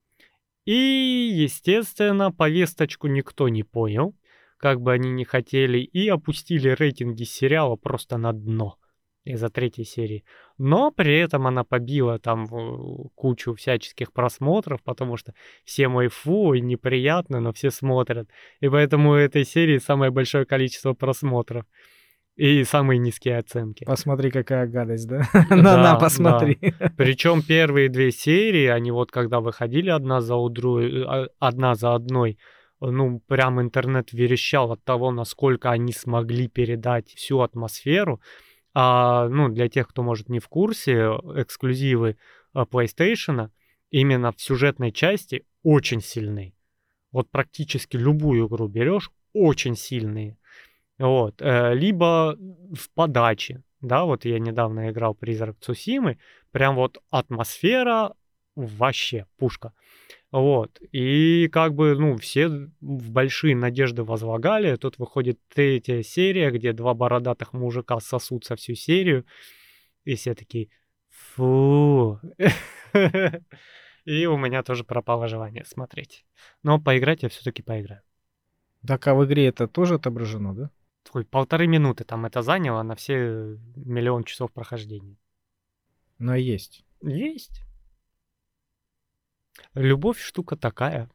И, естественно, повесточку никто не понял, как бы они ни хотели, и опустили рейтинги сериала просто на дно из-за третьей серии. Но при этом она побила там э, кучу всяческих просмотров, потому что все мой фу, и неприятно, но все смотрят. И поэтому у этой серии самое большое количество просмотров и самые низкие оценки. Посмотри, какая гадость, да? На, на, Да, посмотри. Причем первые две серии, они вот когда выходили одна за удрой, а- одна за одной, ну, прям интернет верещал от того, насколько они смогли передать всю атмосферу. А, ну, для тех, кто, может, не в курсе, эксклюзивы а, PlayStation именно в сюжетной части очень сильны. Вот практически любую игру берешь, очень сильные. Вот. э, Либо в подаче. Да, вот я недавно играл «Призрак Цусимы», прям вот атмосфера вообще пушка. Вот. И как бы, ну, все в большие надежды возлагали. Тут выходит третья серия, где два бородатых мужика сосутся всю серию. И все такие, фу. И у меня тоже пропало желание смотреть. Но поиграть я все-таки поиграю. Так, а в игре это тоже отображено, да? Ой, полторы минуты там это заняло на все миллион часов прохождения. Но есть. Есть. Любовь штука такая.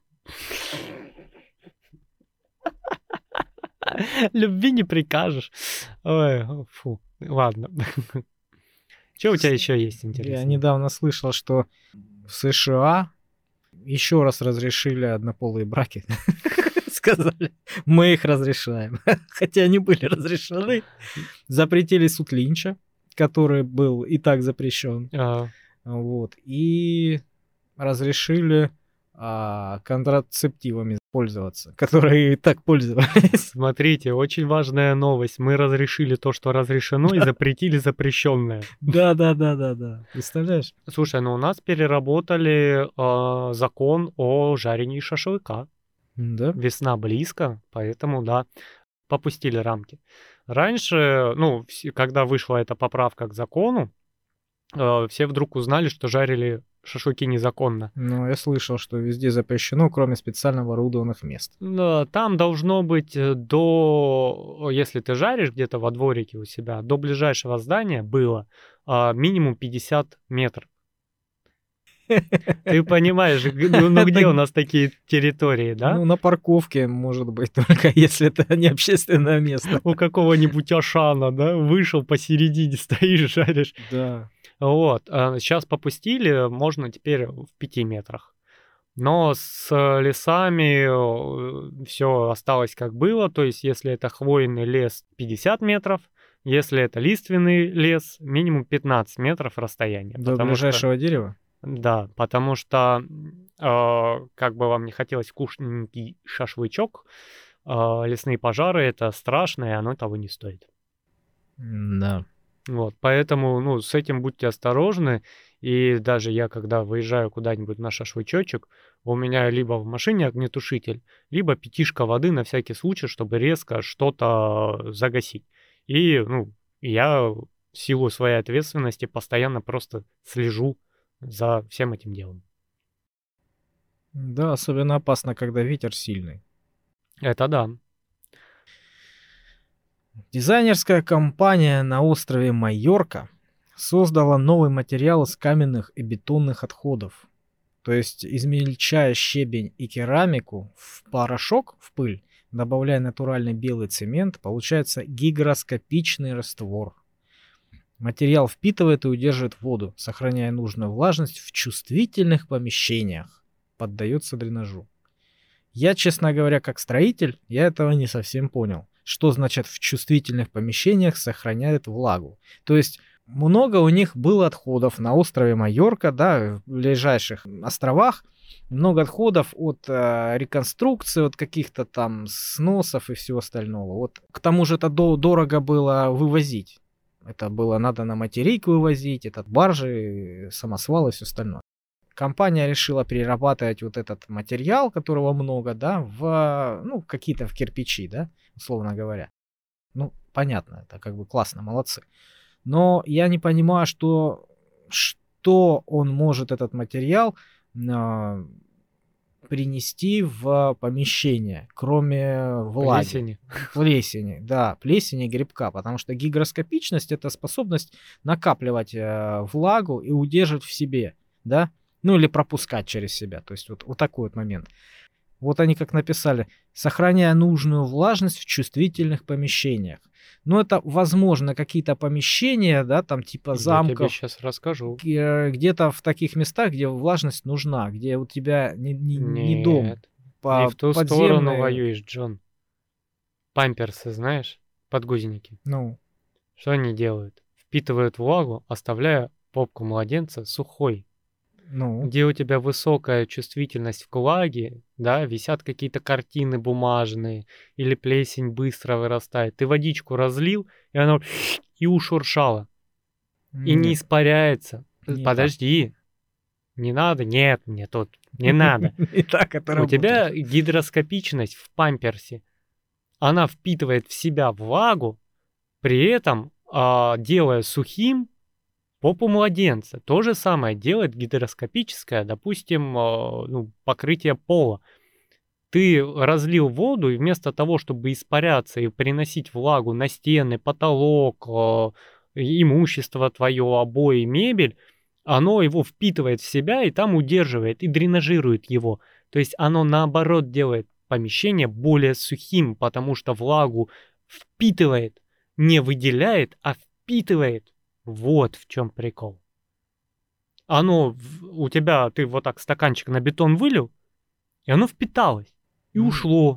Любви не прикажешь. Ой, фу. Ладно. Что у тебя еще есть Я интересно? недавно слышал, что в США еще раз разрешили однополые браки. сказали, мы их разрешаем. Хотя они были разрешены. Запретили суд Линча, который был и так запрещен. А, Вот. И разрешили а, контрацептивами пользоваться, которые и так пользовались. Смотрите, очень важная новость. Мы разрешили то, что разрешено, и запретили запрещенное. Да, да, да, да, да. Представляешь? Слушай, ну у нас переработали а, закон о жарении шашлыка. Да. Весна близко, поэтому, да, попустили рамки. Раньше, ну, вс- когда вышла эта поправка к закону, э, все вдруг узнали, что жарили шашлыки незаконно. Ну, я слышал, что везде запрещено, кроме специально оборудованных мест. Да, там должно быть э, до, если ты жаришь где-то во дворике у себя, до ближайшего здания было а, минимум пятьдесят метров. Ты понимаешь, г- ну, ну где у нас такие территории, да? Ну, на парковке, может быть, только если это не общественное место. У какого-нибудь Ашана, да, вышел посередине, стоишь, жаришь. Да. Вот, сейчас попустили, можно теперь в пяти метрах. Но с лесами все осталось как было, то есть если это хвойный лес пятьдесят метров, если это лиственный лес, минимум пятнадцать метров расстояния. До потому что- ближайшего дерева? Да, потому что э, как бы вам не хотелось вкусненький шашлычок, э, лесные пожары это страшно, и оно того не стоит. Да. Вот, поэтому, ну, с этим будьте осторожны. И даже я, когда выезжаю куда-нибудь на шашлычочек, у меня либо в машине огнетушитель, либо пятишка воды на всякий случай, чтобы резко что-то загасить. И, ну, я в силу своей ответственности постоянно просто слежу за всем этим делом. Да, особенно опасно, когда ветер сильный. Это да. Дизайнерская компания на острове Майорка создала новый материал из каменных и бетонных отходов. То есть, измельчая щебень и керамику в порошок, в пыль, добавляя натуральный белый цемент, получается гигроскопичный раствор. Материал впитывает и удерживает воду, сохраняя нужную влажность в чувствительных помещениях. Поддается дренажу. Я, честно говоря, как строитель, я этого не совсем понял. Что значит в чувствительных помещениях сохраняет влагу? То есть много у них было отходов на острове Майорка, да, в ближайших островах. Много отходов от э, реконструкции, от каких-то там сносов и всего остального. Вот к тому же это до- дорого было вывозить. Это было надо на материк вывозить, это баржи, самосвалы и все остальное. Компания решила перерабатывать вот этот материал, которого много, да, в, ну, какие-то в кирпичи, да, условно говоря. Ну, понятно, это как бы классно, молодцы. Но я не понимаю, что, что он может, этот материал, а, принести в помещение, кроме влаги. Плесени. Плесени, да, плесени и грибка, потому что гигроскопичность — это способность накапливать э, влагу и удерживать в себе, да, ну или пропускать через себя, то есть вот, вот такой вот момент. Вот они как написали, сохраняя нужную влажность в чувствительных помещениях. Ну это, возможно, какие-то помещения, да, там типа Я тебе замков, сейчас расскажу. г- где-то в таких местах, где влажность нужна, где у тебя не, не, не дом, Нет, по не в ту сторону подземные, воюешь, Джон. Памперсы, знаешь, подгузники. ну, Что они делают? Впитывают влагу, оставляя попку младенца сухой. ну, Где у тебя высокая чувствительность к влаге, да, висят какие-то картины бумажные, или плесень быстро вырастает. Ты водичку разлил, и оно и ушуршало. И не нет, испаряется. не Подожди. Не надо? Нет, мне тут не надо. И так это У работает. тебя гидроскопичность в памперсе. Она впитывает в себя влагу, при этом а, делая сухим попу младенца. То же самое делает гидроскопическое, допустим, а, ну, покрытие пола. Ты разлил воду, и вместо того, чтобы испаряться и приносить влагу на стены, потолок, а, имущество твое, обои, мебель, оно его впитывает в себя и там удерживает, и дренажирует его. То есть оно наоборот делает помещение более сухим, потому что влагу впитывает, не выделяет, а впитывает. Вот в чем прикол. Оно в- у тебя, ты вот так стаканчик на бетон вылил, и оно впиталось. и ушло.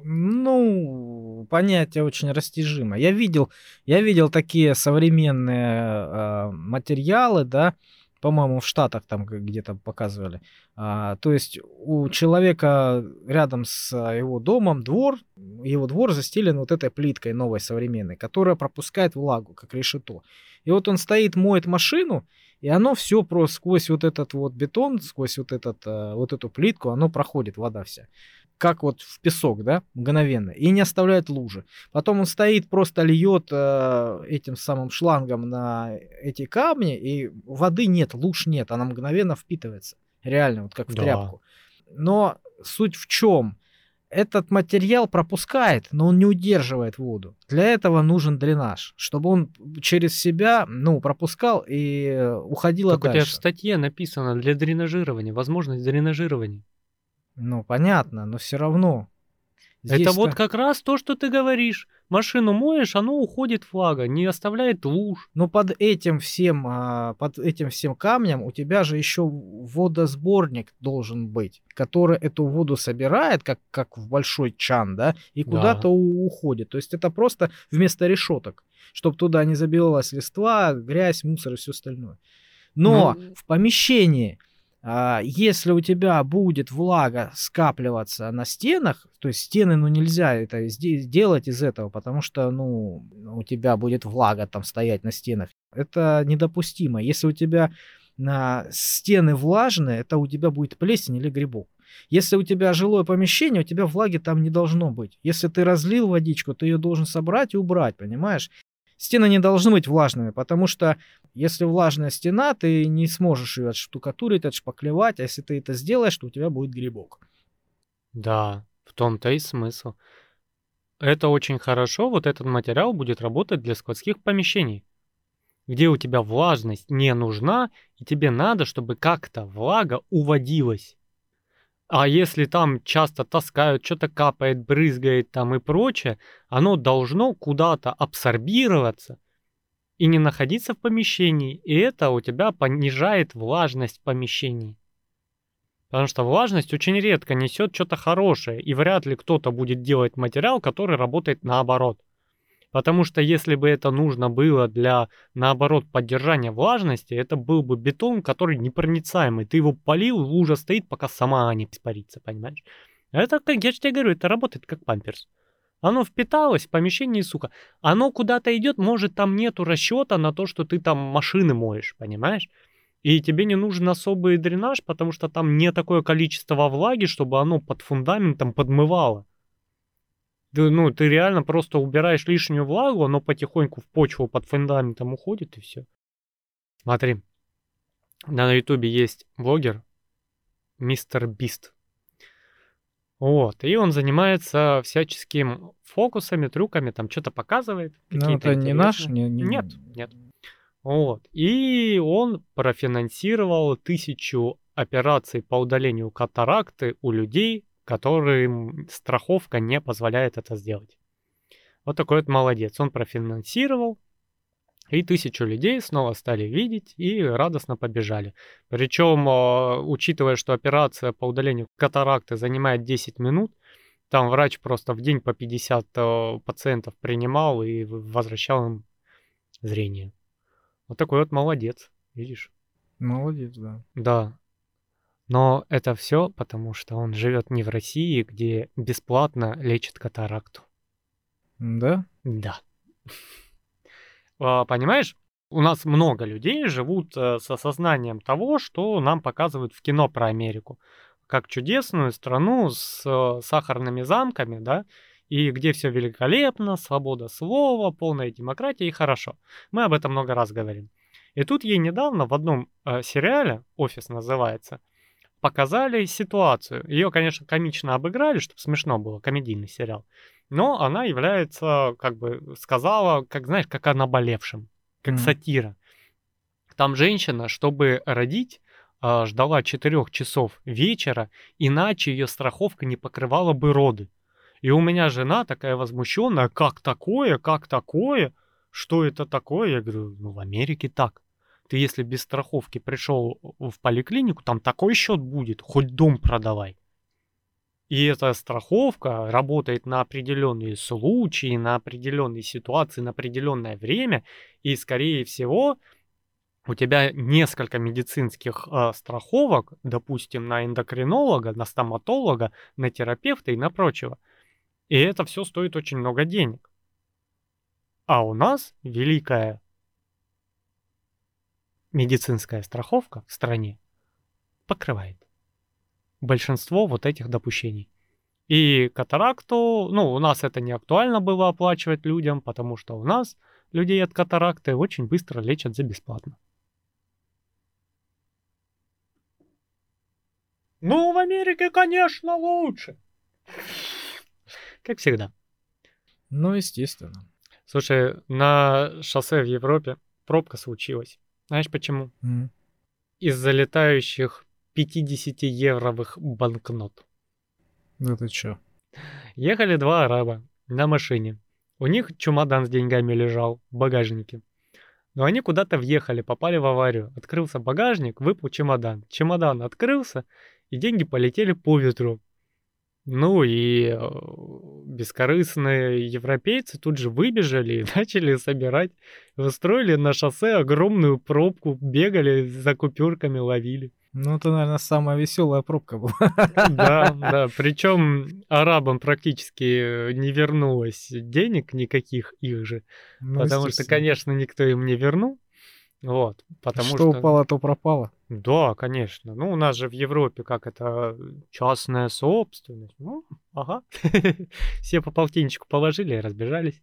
Ну, понятие очень растяжимо. Я видел, я видел такие современные э, материалы, да, по-моему, в Штатах там где-то показывали. А, то есть у человека рядом с его домом двор, его двор застелен вот этой плиткой новой современной, которая пропускает влагу, как решето. И вот он стоит, моет машину, и оно все просто сквозь вот этот вот бетон, сквозь вот, этот, вот эту плитку, оно проходит, вода вся. Как вот в песок, да, мгновенно, и не оставляет лужи. Потом он стоит, просто льет э, этим самым шлангом на эти камни, и воды нет, луж нет, она мгновенно впитывается. Реально, вот как в Да. тряпку. Но суть в чем? Этот материал пропускает, но он не удерживает воду. Для этого нужен дренаж, чтобы он через себя, ну, пропускал и уходил Так дальше. у тебя в статье написано для дренажирования, возможность дренажирования. Ну, понятно, но все равно. Это Здесь-то- вот как раз то, что ты говоришь. Машину моешь, оно уходит влага, не оставляет луж. Но под этим всем, а, под этим всем камнем у тебя же еще водосборник должен быть, который эту воду собирает, как, как в большой чан, да, и Да. куда-то у- уходит. То есть это просто вместо решеток, чтобы туда не забивалась листва, грязь, мусор и все остальное. Но Ну- в помещении, а, если у тебя будет влага скапливаться на стенах, то есть стены, ну, нельзя это сде- делать из этого, потому что, ну, у тебя будет влага там стоять на стенах. Это недопустимо. Если у тебя на стены влажные, это у тебя будет плесень или грибок. Если у тебя жилое помещение, у тебя влаги там не должно быть. Если ты разлил водичку, ты ее должен собрать и убрать, понимаешь? Стены не должны быть влажными, потому что если влажная стена, ты не сможешь ее отштукатурить, отшпаклевать, а если ты это сделаешь, то у тебя будет грибок. Да, в том-то и смысл. Это очень хорошо, вот этот материал будет работать для складских помещений, где у тебя влажность не нужна, и тебе надо, чтобы как-то влага уводилась. А если там часто таскают, что-то капает, брызгает там и прочее, оно должно куда-то абсорбироваться и не находиться в помещении. И это у тебя понижает влажность помещений. Потому что влажность очень редко несет что-то хорошее, и вряд ли кто-то будет делать материал, который работает наоборот. Потому что если бы это нужно было для, наоборот, поддержания влажности, это был бы бетон, который непроницаемый. Ты его полил, лужа стоит, пока сама не испарится, понимаешь? Это, как я же тебе говорю, это работает как памперс. Оно впиталось в помещении, сука. Оно куда-то идет, может, там нету расчета на то, что ты там машины моешь, понимаешь? И тебе не нужен особый дренаж, потому что там не такое количество влаги, чтобы оно под фундаментом подмывало. Ты, ну, ты реально просто убираешь лишнюю влагу, оно потихоньку в почву под фундаментом уходит, и все. Смотри, на ютубе есть блогер мистер Бист. Вот, и он занимается всяческим фокусами, трюками, там что-то показывает. Ну, какие-то это не наш? интересные. Не, не- Нет, нет. Вот. И он профинансировал тысячу операций по удалению катаракты у людей, которым страховка не позволяет это сделать. Вот такой вот молодец. Он профинансировал, и тысячу людей снова стали видеть и радостно побежали. Причем, э, учитывая, что операция по удалению катаракты занимает десять минут, там врач просто в день по пятьдесят э, пациентов принимал и в- возвращал им зрение. Вот такой вот молодец, видишь? Молодец, да. Да. Но это все потому, что он живет не в России, где бесплатно лечат катаракту. Да? Да. А, Понимаешь, у нас много людей живут э, с осознанием того, что нам показывают в кино про Америку. Как чудесную страну с э, сахарными замками, да, и где все великолепно, свобода слова, полная демократия и хорошо. Мы об этом много раз говорим. И тут ей недавно в одном э, сериале, «Офис» называется, показали ситуацию. Ее, конечно, комично обыграли, чтобы смешно было, комедийный сериал. Но она является, как бы сказала, как знаешь, как о наболевшем, как Мгм. сатира. Там женщина, чтобы родить, а, ждала четырех часов вечера, иначе ее страховка не покрывала бы роды. И у меня жена такая возмущенная, как такое, как такое, что это такое? Я говорю, ну в Америке так. Ты если без страховки пришел в поликлинику, там такой счет будет, хоть дом продавай. И эта страховка работает на определенные случаи, на определенные ситуации, на определенное время. И, скорее всего, у тебя несколько медицинских э, страховок, допустим, на эндокринолога, на стоматолога, на терапевта и на прочего. И это все стоит очень много денег. А у нас великая медицинская страховка в стране покрывает большинство вот этих допущений. И катаракту, ну, у нас это не актуально было оплачивать людям, потому что у нас людей от катаракты очень быстро лечат за бесплатно. Ну, в Америке, конечно, лучше. Как всегда. Ну, естественно. Слушай, на шоссе в Европе пробка случилась. Знаешь почему? М. Из-за летающих пятидесятиевровых банкнот. Ну ты чё? Ехали два араба на машине. У них чемодан с деньгами лежал в багажнике. Но они куда-то въехали, попали в аварию. Открылся багажник, выпал чемодан. Чемодан открылся, и деньги полетели по ветру. Ну и э, бескорыстные европейцы тут же выбежали и начали собирать. Устроили на шоссе огромную пробку, бегали за купюрками, ловили. Ну, это, наверное, самая веселая пробка была. Да, да. Причем арабам практически не вернулось денег никаких их же. Ну, Потому что, естественно. конечно, никто им не вернул. Вот, потому Что что... упало, то пропало. Да, конечно. Ну, у нас же в Европе как это частная собственность. Ну, ага. Все по полтинничку положили и разбежались.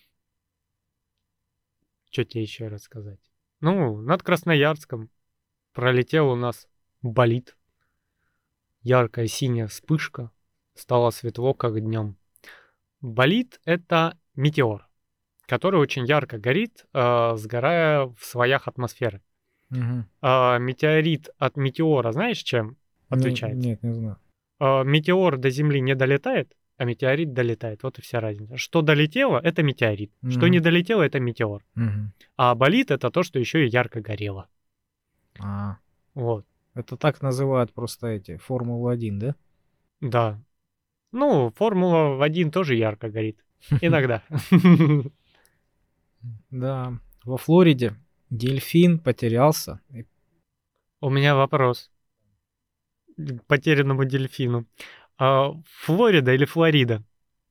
Что тебе еще рассказать? Ну, над Красноярском пролетел у нас болид. Яркая синяя вспышка. Стало светло, как днем. Болид — это метеор, который очень ярко горит, э, сгорая в слоях атмосферы. Мгм. А метеорит от метеора знаешь, чем Не- отличается? Нет, не знаю. А, метеор до Земли не долетает, а метеорит долетает. Вот и вся разница. Что долетело — это метеорит. Что Мгм. не долетело — это метеор. Мгм. А болид — это то, что еще и ярко горело. А, Вот. это так называют просто эти Формулу один, да? Да. Ну, Формула один тоже ярко горит. Иногда. Да. Во Флориде дельфин потерялся. И У меня вопрос к потерянному дельфину. А, Флорида или Флорида?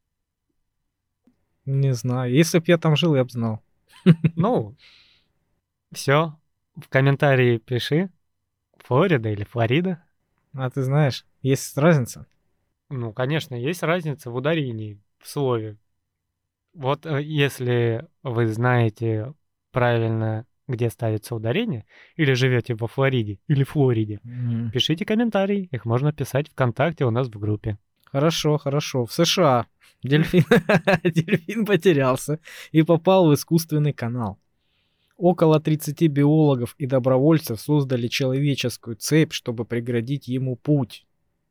Не знаю. Если б я там жил, я бы знал. Ну, все. В комментарии пиши. Флорида или Флорида? А ты знаешь, есть разница? Ну, конечно, есть разница в ударении, в слове. Вот э, если вы знаете правильно, где ставится ударение, или живете во Флориде или Флориде, Мгм. пишите комментарии, их можно писать ВКонтакте у нас в группе. Хорошо, хорошо. В США дельфин, дельфин потерялся и попал в искусственный канал. Около тридцати биологов и добровольцев создали человеческую цепь, чтобы преградить ему путь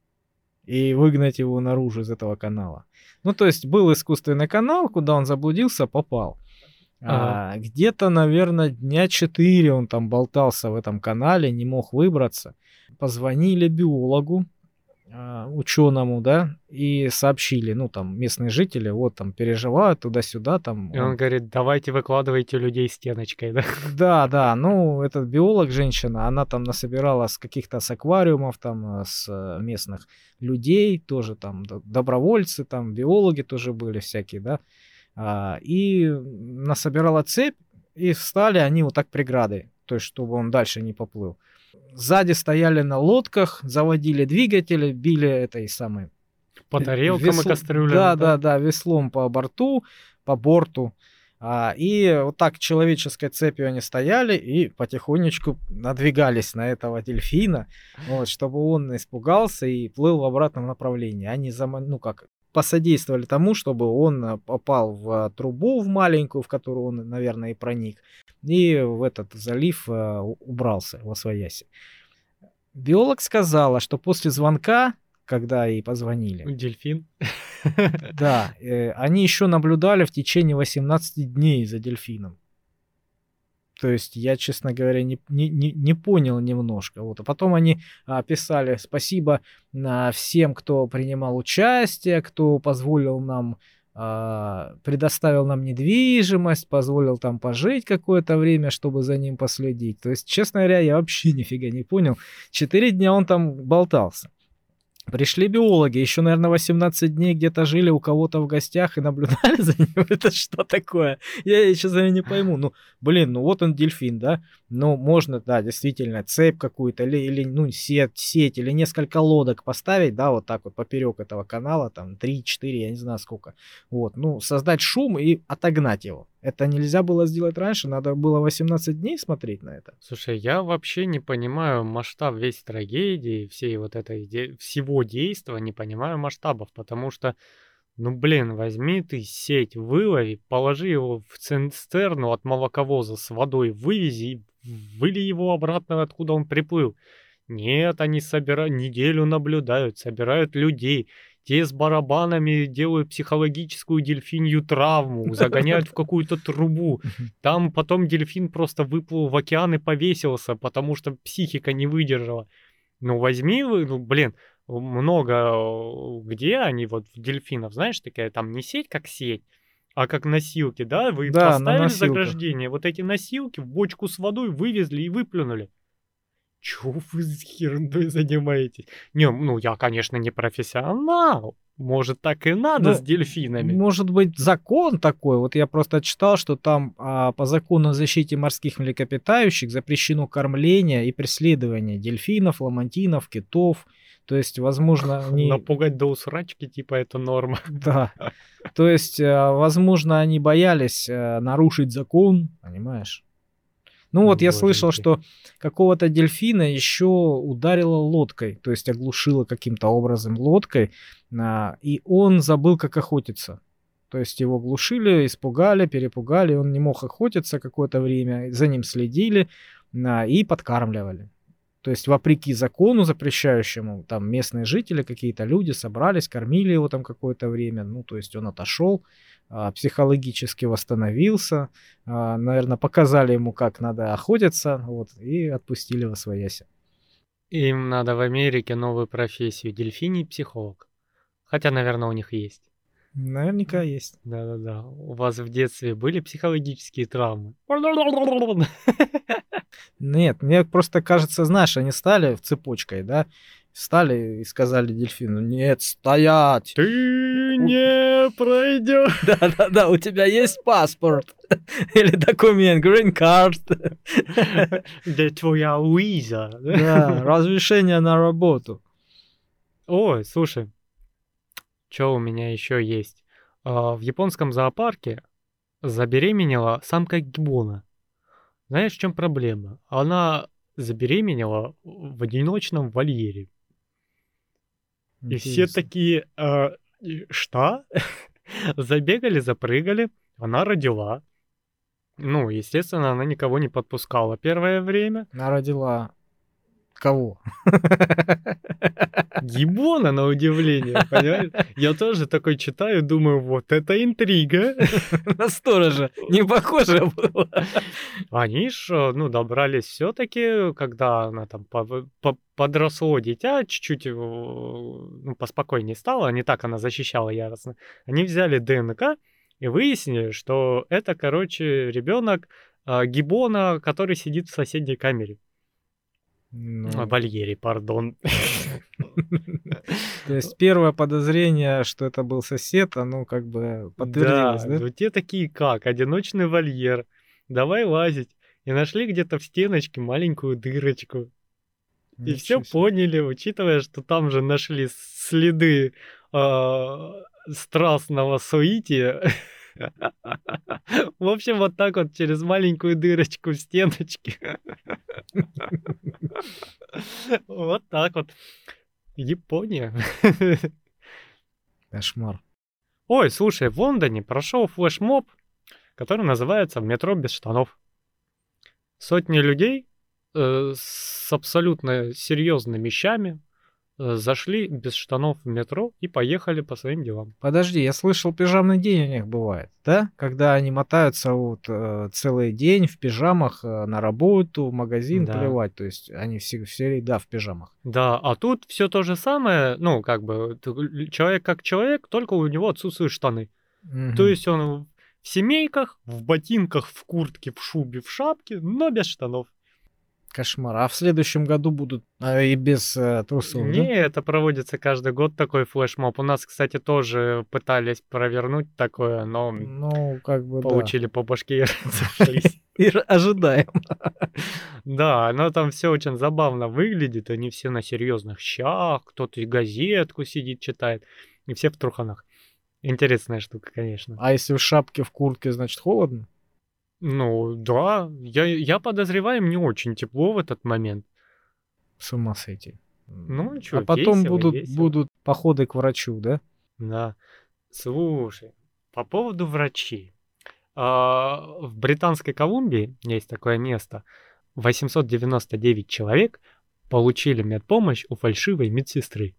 и выгнать его наружу из этого канала. Ну, то есть был искусственный канал, куда он заблудился, попал. Ага. А, где-то, наверное, дня четыре он там болтался в этом канале, не мог выбраться. Позвонили биологу, а, ученому, да, и сообщили, ну, там, местные жители, вот, там, переживают туда-сюда, там. И он он- говорит, давайте выкладывайте людей стеночкой, да? Да, да, ну, этот биолог, женщина, она там насобирала с каких-то с аквариумов, там, э, с э, местных людей, тоже там д- добровольцы, там, биологи тоже были всякие, да, А, и насобирала цепь, и встали они вот так преградой, то есть, чтобы он дальше не поплыл. Сзади стояли на лодках, заводили двигатели, били этой самой... По тарелкам и весл- кастрюлям. Да, да, да, веслом по борту, по борту. А, и вот так человеческой цепью они стояли и потихонечку надвигались на этого дельфина, вот, чтобы он испугался и плыл в обратном направлении. Они зама- ну, как, посодействовали тому, чтобы он а, попал в а, трубу в маленькую, в которую он, наверное, и проник, и в этот залив а, у- убрался восвояси. Биолог сказала, что после звонка, когда ей позвонили, Дельфин. да, э, они еще наблюдали в течение восемнадцати дней за дельфином. То есть я, честно говоря, не, не, не, не понял немножко. Вот. А потом они а, писали спасибо а, всем, кто принимал участие, кто позволил нам, а, предоставил нам недвижимость, позволил там пожить какое-то время, чтобы за ним последить. То есть, честно говоря, я вообще нифига не понял. Четыре дня он там болтался. Пришли биологи, еще, наверное, восемнадцать дней где-то жили у кого-то в гостях и наблюдали за ним. Это что такое? Я сейчас не пойму. Ну, блин, ну вот он дельфин, да? Ну, можно, да, действительно, цепь какую-то или, или ну, сеть, сеть или несколько лодок поставить, да, вот так вот поперек этого канала, там, три-четыре, я не знаю сколько. Вот, ну, создать шум и отогнать его. Это нельзя было сделать раньше, надо было восемнадцать дней смотреть на это. Слушай, я вообще не понимаю масштаб весь трагедии, всей вот этой, де- всего действа, не понимаю масштабов, потому что, ну блин, возьми ты сеть, вылови, положи его в цистерну от молоковоза с водой, вывези и выли его обратно, откуда он приплыл. Нет, они собирают, неделю наблюдают, собирают людей. Те с барабанами делают психологическую дельфинью травму, загоняют в какую-то трубу. Там потом дельфин просто выплыл в океан и повесился, потому что психика не выдержала. Ну возьми вы, ну блин, много э, где они вот в дельфинов, знаешь, такая там не сеть как сеть, а как носилки, да? Вы Да, на поставили носилках. заграждение, вот эти носилки в бочку с водой вывезли и выплюнули. Чё вы с ерундой занимаетесь? Не, ну я, конечно, не профессионал. Может, так и надо с Ну, дельфинами. может быть, закон такой. Вот я просто читал, что там а, по закону о защите морских млекопитающих запрещено кормление и преследование дельфинов, ламантинов, китов. То есть, возможно, они... Напугать до усрачки, типа, это норма. Да. То есть, а, возможно, они боялись а, нарушить закон, понимаешь? Ну вот я слышал, Боженьки. что какого-то дельфина еще ударило лодкой, то есть оглушило каким-то образом лодкой, а, и он забыл, как охотиться. То есть его глушили, испугали, перепугали, он не мог охотиться какое-то время, за ним следили а, и подкармливали. То есть вопреки закону запрещающему, там местные жители, какие-то люди собрались, кормили его там какое-то время, ну то есть он отошел, а, психологически восстановился, а, наверное, показали ему, как надо охотиться, вот, и отпустили восвояси. Им надо в Америке новую профессию. Дельфиний психолог. Хотя, наверное, у них есть. Наверняка есть. Да-да-да. У вас в детстве были психологические травмы? Нет, мне просто кажется, знаешь, они стали в цепочкой, да, встали и сказали дельфину: нет, стоять! Ты не пройдешь. Да-да-да, у тебя есть паспорт или документ, green card. Да твоя виза. Да, разрешение на работу. Ой, слушай, что у меня еще есть? А, В японском зоопарке забеременела самка гиббона. Знаешь, в чем проблема? Она забеременела в одиночном вольере. И все Интересно. такие, «А, и что? Забегали, запрыгали, она родила. Ну, естественно, она никого не подпускала первое время. Она родила кого? Гиббона, на удивление, понимаешь? Я тоже такой читаю, думаю, вот это интрига. На сторожа. Не похоже было. Они ж, э, ну, добрались все-таки, когда она там пов- по- подросло дитя, чуть-чуть, э, ну, поспокойнее стало, не так она защищала яростно. Они взяли ДНК и выяснили, что это, короче, ребенок гиббона, который сидит в соседней камере. Ну, В вольере, пардон. то есть первое подозрение, что это был сосед, оно как бы подтвердилось, Да, да? ну те такие как, одиночный вольер, давай лазить. И нашли где-то в стеночке маленькую дырочку. И все Ничего себе. поняли, учитывая, что там же нашли следы а, страстного соития. В общем, вот так вот через маленькую дырочку в стеночке. Вот так вот. Япония. Кошмар. Ой, слушай, в Лондоне прошел флешмоб, который называется «В метро без штанов». Сотни людей э, с абсолютно серьезными вещами э, зашли без штанов в метро и поехали по своим делам. Подожди, я слышал, пижамный день у них бывает, да? Когда они мотаются вот э, целый день в пижамах э, на работу, в магазин, Да. плевать. То есть они все, все, да, в пижамах. Да, а тут все то же самое, ну, как бы, т- л- человек как человек, только у него отсутствуют штаны. То Мгм. есть он в семейках, в ботинках, в куртке, в шубе, в шапке, но без штанов. Кошмар. А в следующем году будут а, и без э, трусов, да? Не, это проводится каждый год такой флешмоб. У нас, кстати, тоже пытались провернуть такое, но Ну, как бы да. получили по башке и разошлись. И ж- ожидаем. Да, но там все очень забавно выглядит. Они все на серьезных щах, кто-то и газетку сидит, читает, и все в труханах. Интересная штука, конечно. А если в шапке, в куртке, значит холодно? Ну, да, я, я подозреваю, им не очень тепло в этот момент. С ума сойти. Ну, М, чё, А потом весело, будут, весело. будут походы к врачу, да? Да. Слушай, по поводу врачей. А, в Британской Колумбии есть такое место. восемьсот девяносто девять человек получили медпомощь у фальшивой медсестры.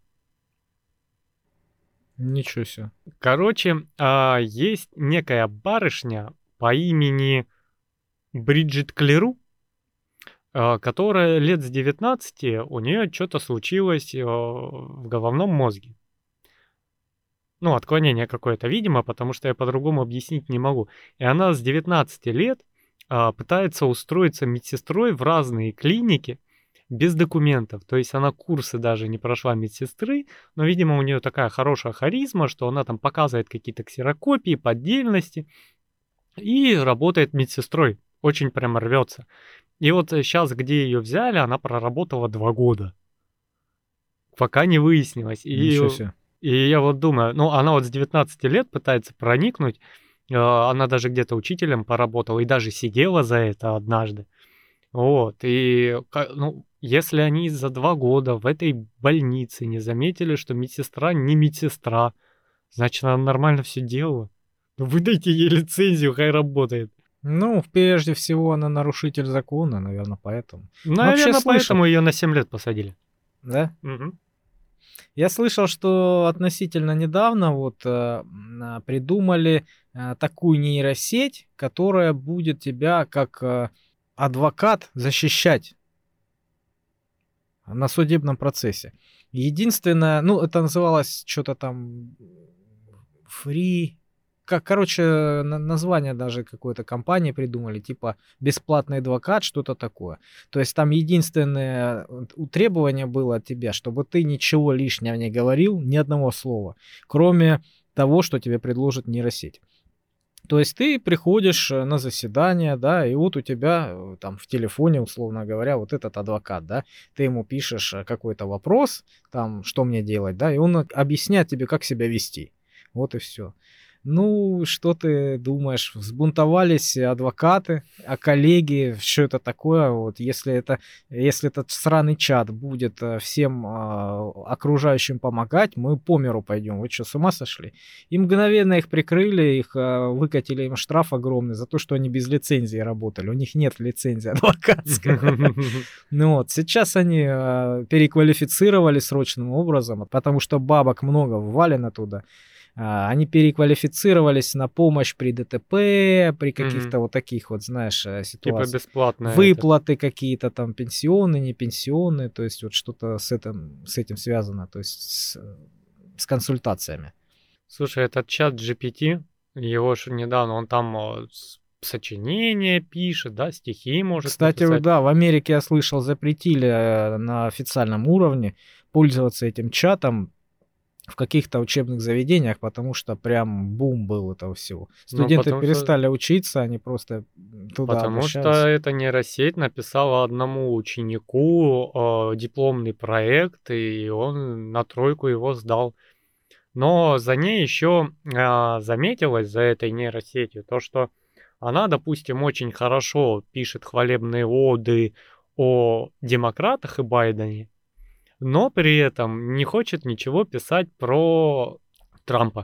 Ничего себе. Короче, а, есть некая барышня по имени Бриджит Клеру, а, которая лет с девятнадцати, у нее что-то случилось а, в головном мозге. Ну, отклонение какое-то, видимо, потому что я по-другому объяснить не могу. И она с девятнадцати лет а, пытается устроиться медсестрой в разные клиники без документов. То есть она курсы даже не прошла медсестры, но, видимо, у нее такая хорошая харизма, что она там показывает какие-то ксерокопии, поддельности и работает медсестрой. Очень прям рвется. И вот сейчас, где ее взяли, она проработала два года, пока не выяснилось. И, Ничего себе. и я вот думаю, ну, она вот с девятнадцати лет пытается проникнуть, э, она даже где-то учителем поработала и даже сидела за это однажды. Вот, и, ка- ну, если они за два года в этой больнице не заметили, что медсестра не медсестра, значит, она нормально все делала. Ну, выдайте ей лицензию, хай работает. Ну, прежде всего, она нарушитель закона, наверное, поэтому. Ну, вообще Наверное, слышал, поэтому ее на семь лет посадили. да? Мгм. Я слышал, что относительно недавно вот э, м, а, придумали э, такую нейросеть, которая будет тебя как э, адвокат защищать на судебном процессе. Единственное, ну, это называлось что-то там Free. Как, короче, на- название даже какой-то компании придумали, типа бесплатный адвокат, что-то такое. То есть там единственное э, у- требование было от тебя, чтобы ты ничего лишнего не говорил, ни одного слова, кроме того, что тебе предложит нейросеть. То есть ты приходишь э, на заседание, да, и вот у тебя э, там в телефоне, условно говоря, вот этот адвокат, да, ты ему пишешь э, какой-то вопрос, там, что мне делать, да, и он ок- объясняет тебе, как себя вести. Вот и все. Ну, что ты думаешь? Взбунтовались адвокаты, а коллеги, что это такое? Вот если это, если этот сраный чат будет э, всем а, окружающим помогать, мы по миру пойдем. Вы что, с ума сошли? И мгновенно их прикрыли, их а, выкатили им штраф огромный за то, что они без лицензии работали. У них нет лицензии адвокатской. Ну вот, сейчас они а, переквалифицировали срочным образом, потому что бабок много ввалено туда. А, Они переквалифицировались на помощь при ДТП, при Мгм. каких-то вот таких вот, знаешь, э, Типа ситуациях. бесплатно этот. Выплаты какие-то там пенсионные, не пенсионные, то есть вот что-то с этим, с этим связано, то есть с, э, с консультациями. Слушай, этот чат джи пи ти, его же недавно, он там а, с- сочинения пишет, да, стихи может Кстати, вот написать. да, в Америке, я слышал, запретили э, на официальном уровне пользоваться этим чатом в каких-то учебных заведениях, потому что прям бум был этого всего. Ну, Студенты потому что, перестали учиться, они просто м, туда потому что обращаются. эта нейросеть написала одному ученику а, дипломный проект, и он на тройку его сдал. Но за ней еще а, заметилось, за этой нейросетью, то, что она, допустим, очень хорошо пишет хвалебные оды о демократах и Байдене, но при этом не хочет ничего писать про Трампа.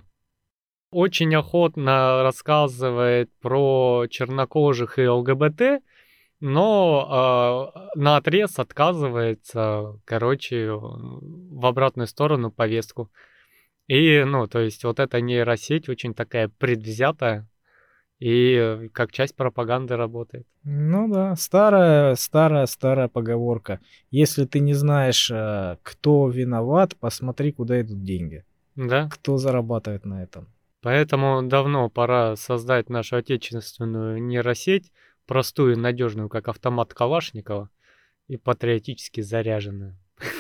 Очень охотно рассказывает про чернокожих и ЛГБТ, но э, наотрез отказывается, короче, в обратную сторону повестку. И, ну, то есть вот эта нейросеть очень такая предвзятая и как часть пропаганды работает. Ну да, старая, старая, старая поговорка. Если ты не знаешь, э, кто виноват, посмотри, куда идут деньги. Да. Кто зарабатывает на этом. Поэтому давно пора создать нашу отечественную нейросеть, простую и надежную, как автомат Калашникова, и патриотически заряженную.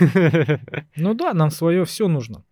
Ну да, нам свое все нужно.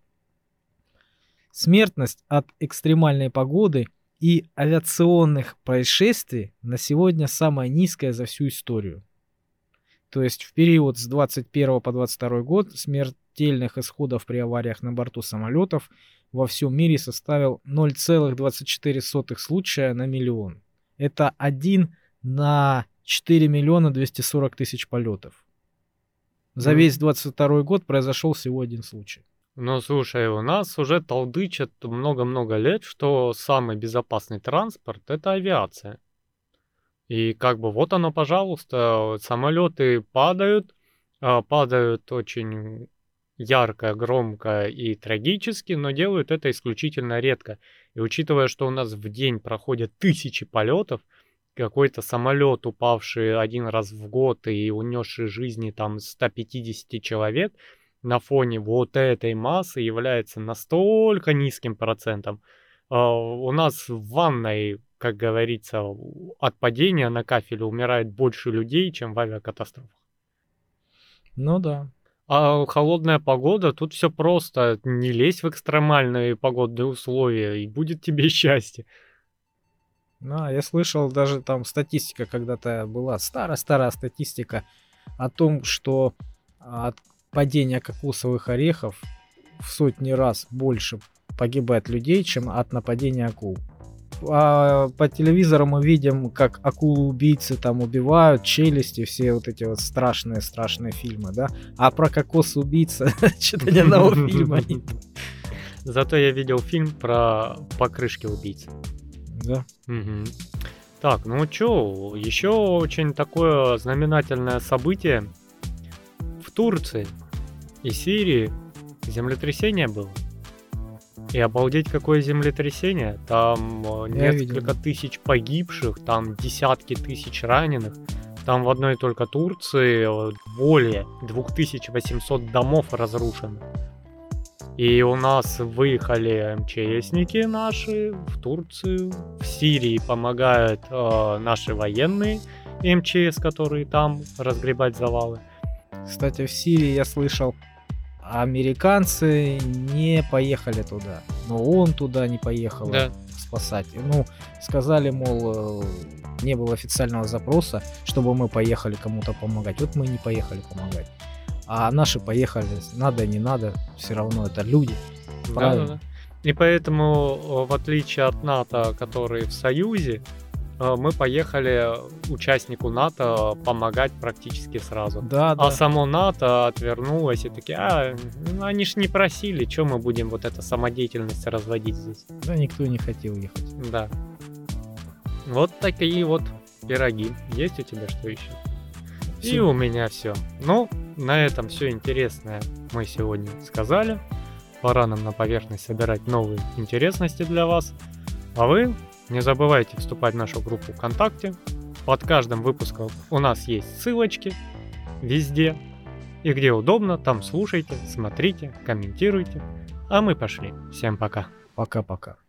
Смертность от экстремальной погоды и авиационных происшествий на сегодня самая низкая за всю историю. То есть в период с двадцать первого по двадцать второй год смертельных исходов при авариях на борту самолетов во всем мире составил ноль целых двадцать четыре сотых случая на миллион. Это один на четыре миллиона двести сорок тысяч полетов. За Ну. весь двадцать второй год произошел всего один случай. Ну, слушай, у нас уже толдычат много-много лет, что самый безопасный транспорт — это авиация. И как бы вот оно, пожалуйста, самолеты падают, а, падают очень ярко, громко и трагически, но делают это исключительно редко. И учитывая, что у нас в день проходят тысячи полетов, какой-то самолет, упавший один раз в год и унесший жизни там сто пятьдесят человек, на фоне вот этой массы является настолько низким процентом. А, у нас в ванной, как говорится, от падения на кафеле умирает больше людей, чем в авиакатастрофах. Ну да. А холодная погода, тут все просто. Не лезь в экстремальные погодные условия, и будет тебе счастье. Да, я слышал, даже там статистика когда-то была, старая-старая статистика о том, что от падения кокосовых орехов в сотни раз больше погибает людей, чем от нападения акул. А по телевизору мы видим, как акулы-убийцы там убивают, челюсти, все вот эти вот страшные-страшные фильмы, да? А про кокос-убийца что-то ни одного фильма нет. Зато я видел фильм про покрышки убийц. Да. Мгм. Так, ну чё, еще очень такое знаменательное событие. В Турции и Сирии землетрясение было. И обалдеть, какое землетрясение. Там э, Я несколько видел. тысяч погибших, там десятки тысяч раненых. Там в одной только Турции э, более две тысячи восемьсот домов разрушено. И у нас выехали МЧСники наши в Турцию. В Сирии помогают э, наши военные МЧС, которые там разгребать завалы. Кстати, в Сирии я слышал, американцы не поехали туда. Но он туда не поехал Да. спасать. Ну, сказали, мол, э, не было официального запроса, чтобы мы поехали кому-то помогать. Вот мы и не поехали помогать. А наши поехали, надо, не надо, все равно это люди. Правильно. Да-да-да. И поэтому, э, в отличие от НАТО, которые в Союзе, э, мы поехали участнику НАТО помогать практически сразу. Да, да. А само НАТО отвернулось и такие, а, ну, они ж не просили, что мы будем вот эту самодеятельность разводить здесь. Да, никто не хотел ехать. Да. Вот такие вот пироги. Есть у тебя что еще? И Всё. у меня все. Ну, на этом все интересное мы сегодня сказали. Пора нам на поверхность собирать новые интересности для вас. А вы не забывайте вступать в нашу группу ВКонтакте. Под каждым выпуском у нас есть ссылочки везде. И где удобно, там слушайте, смотрите, комментируйте. А мы пошли. Всем пока. Пока-пока.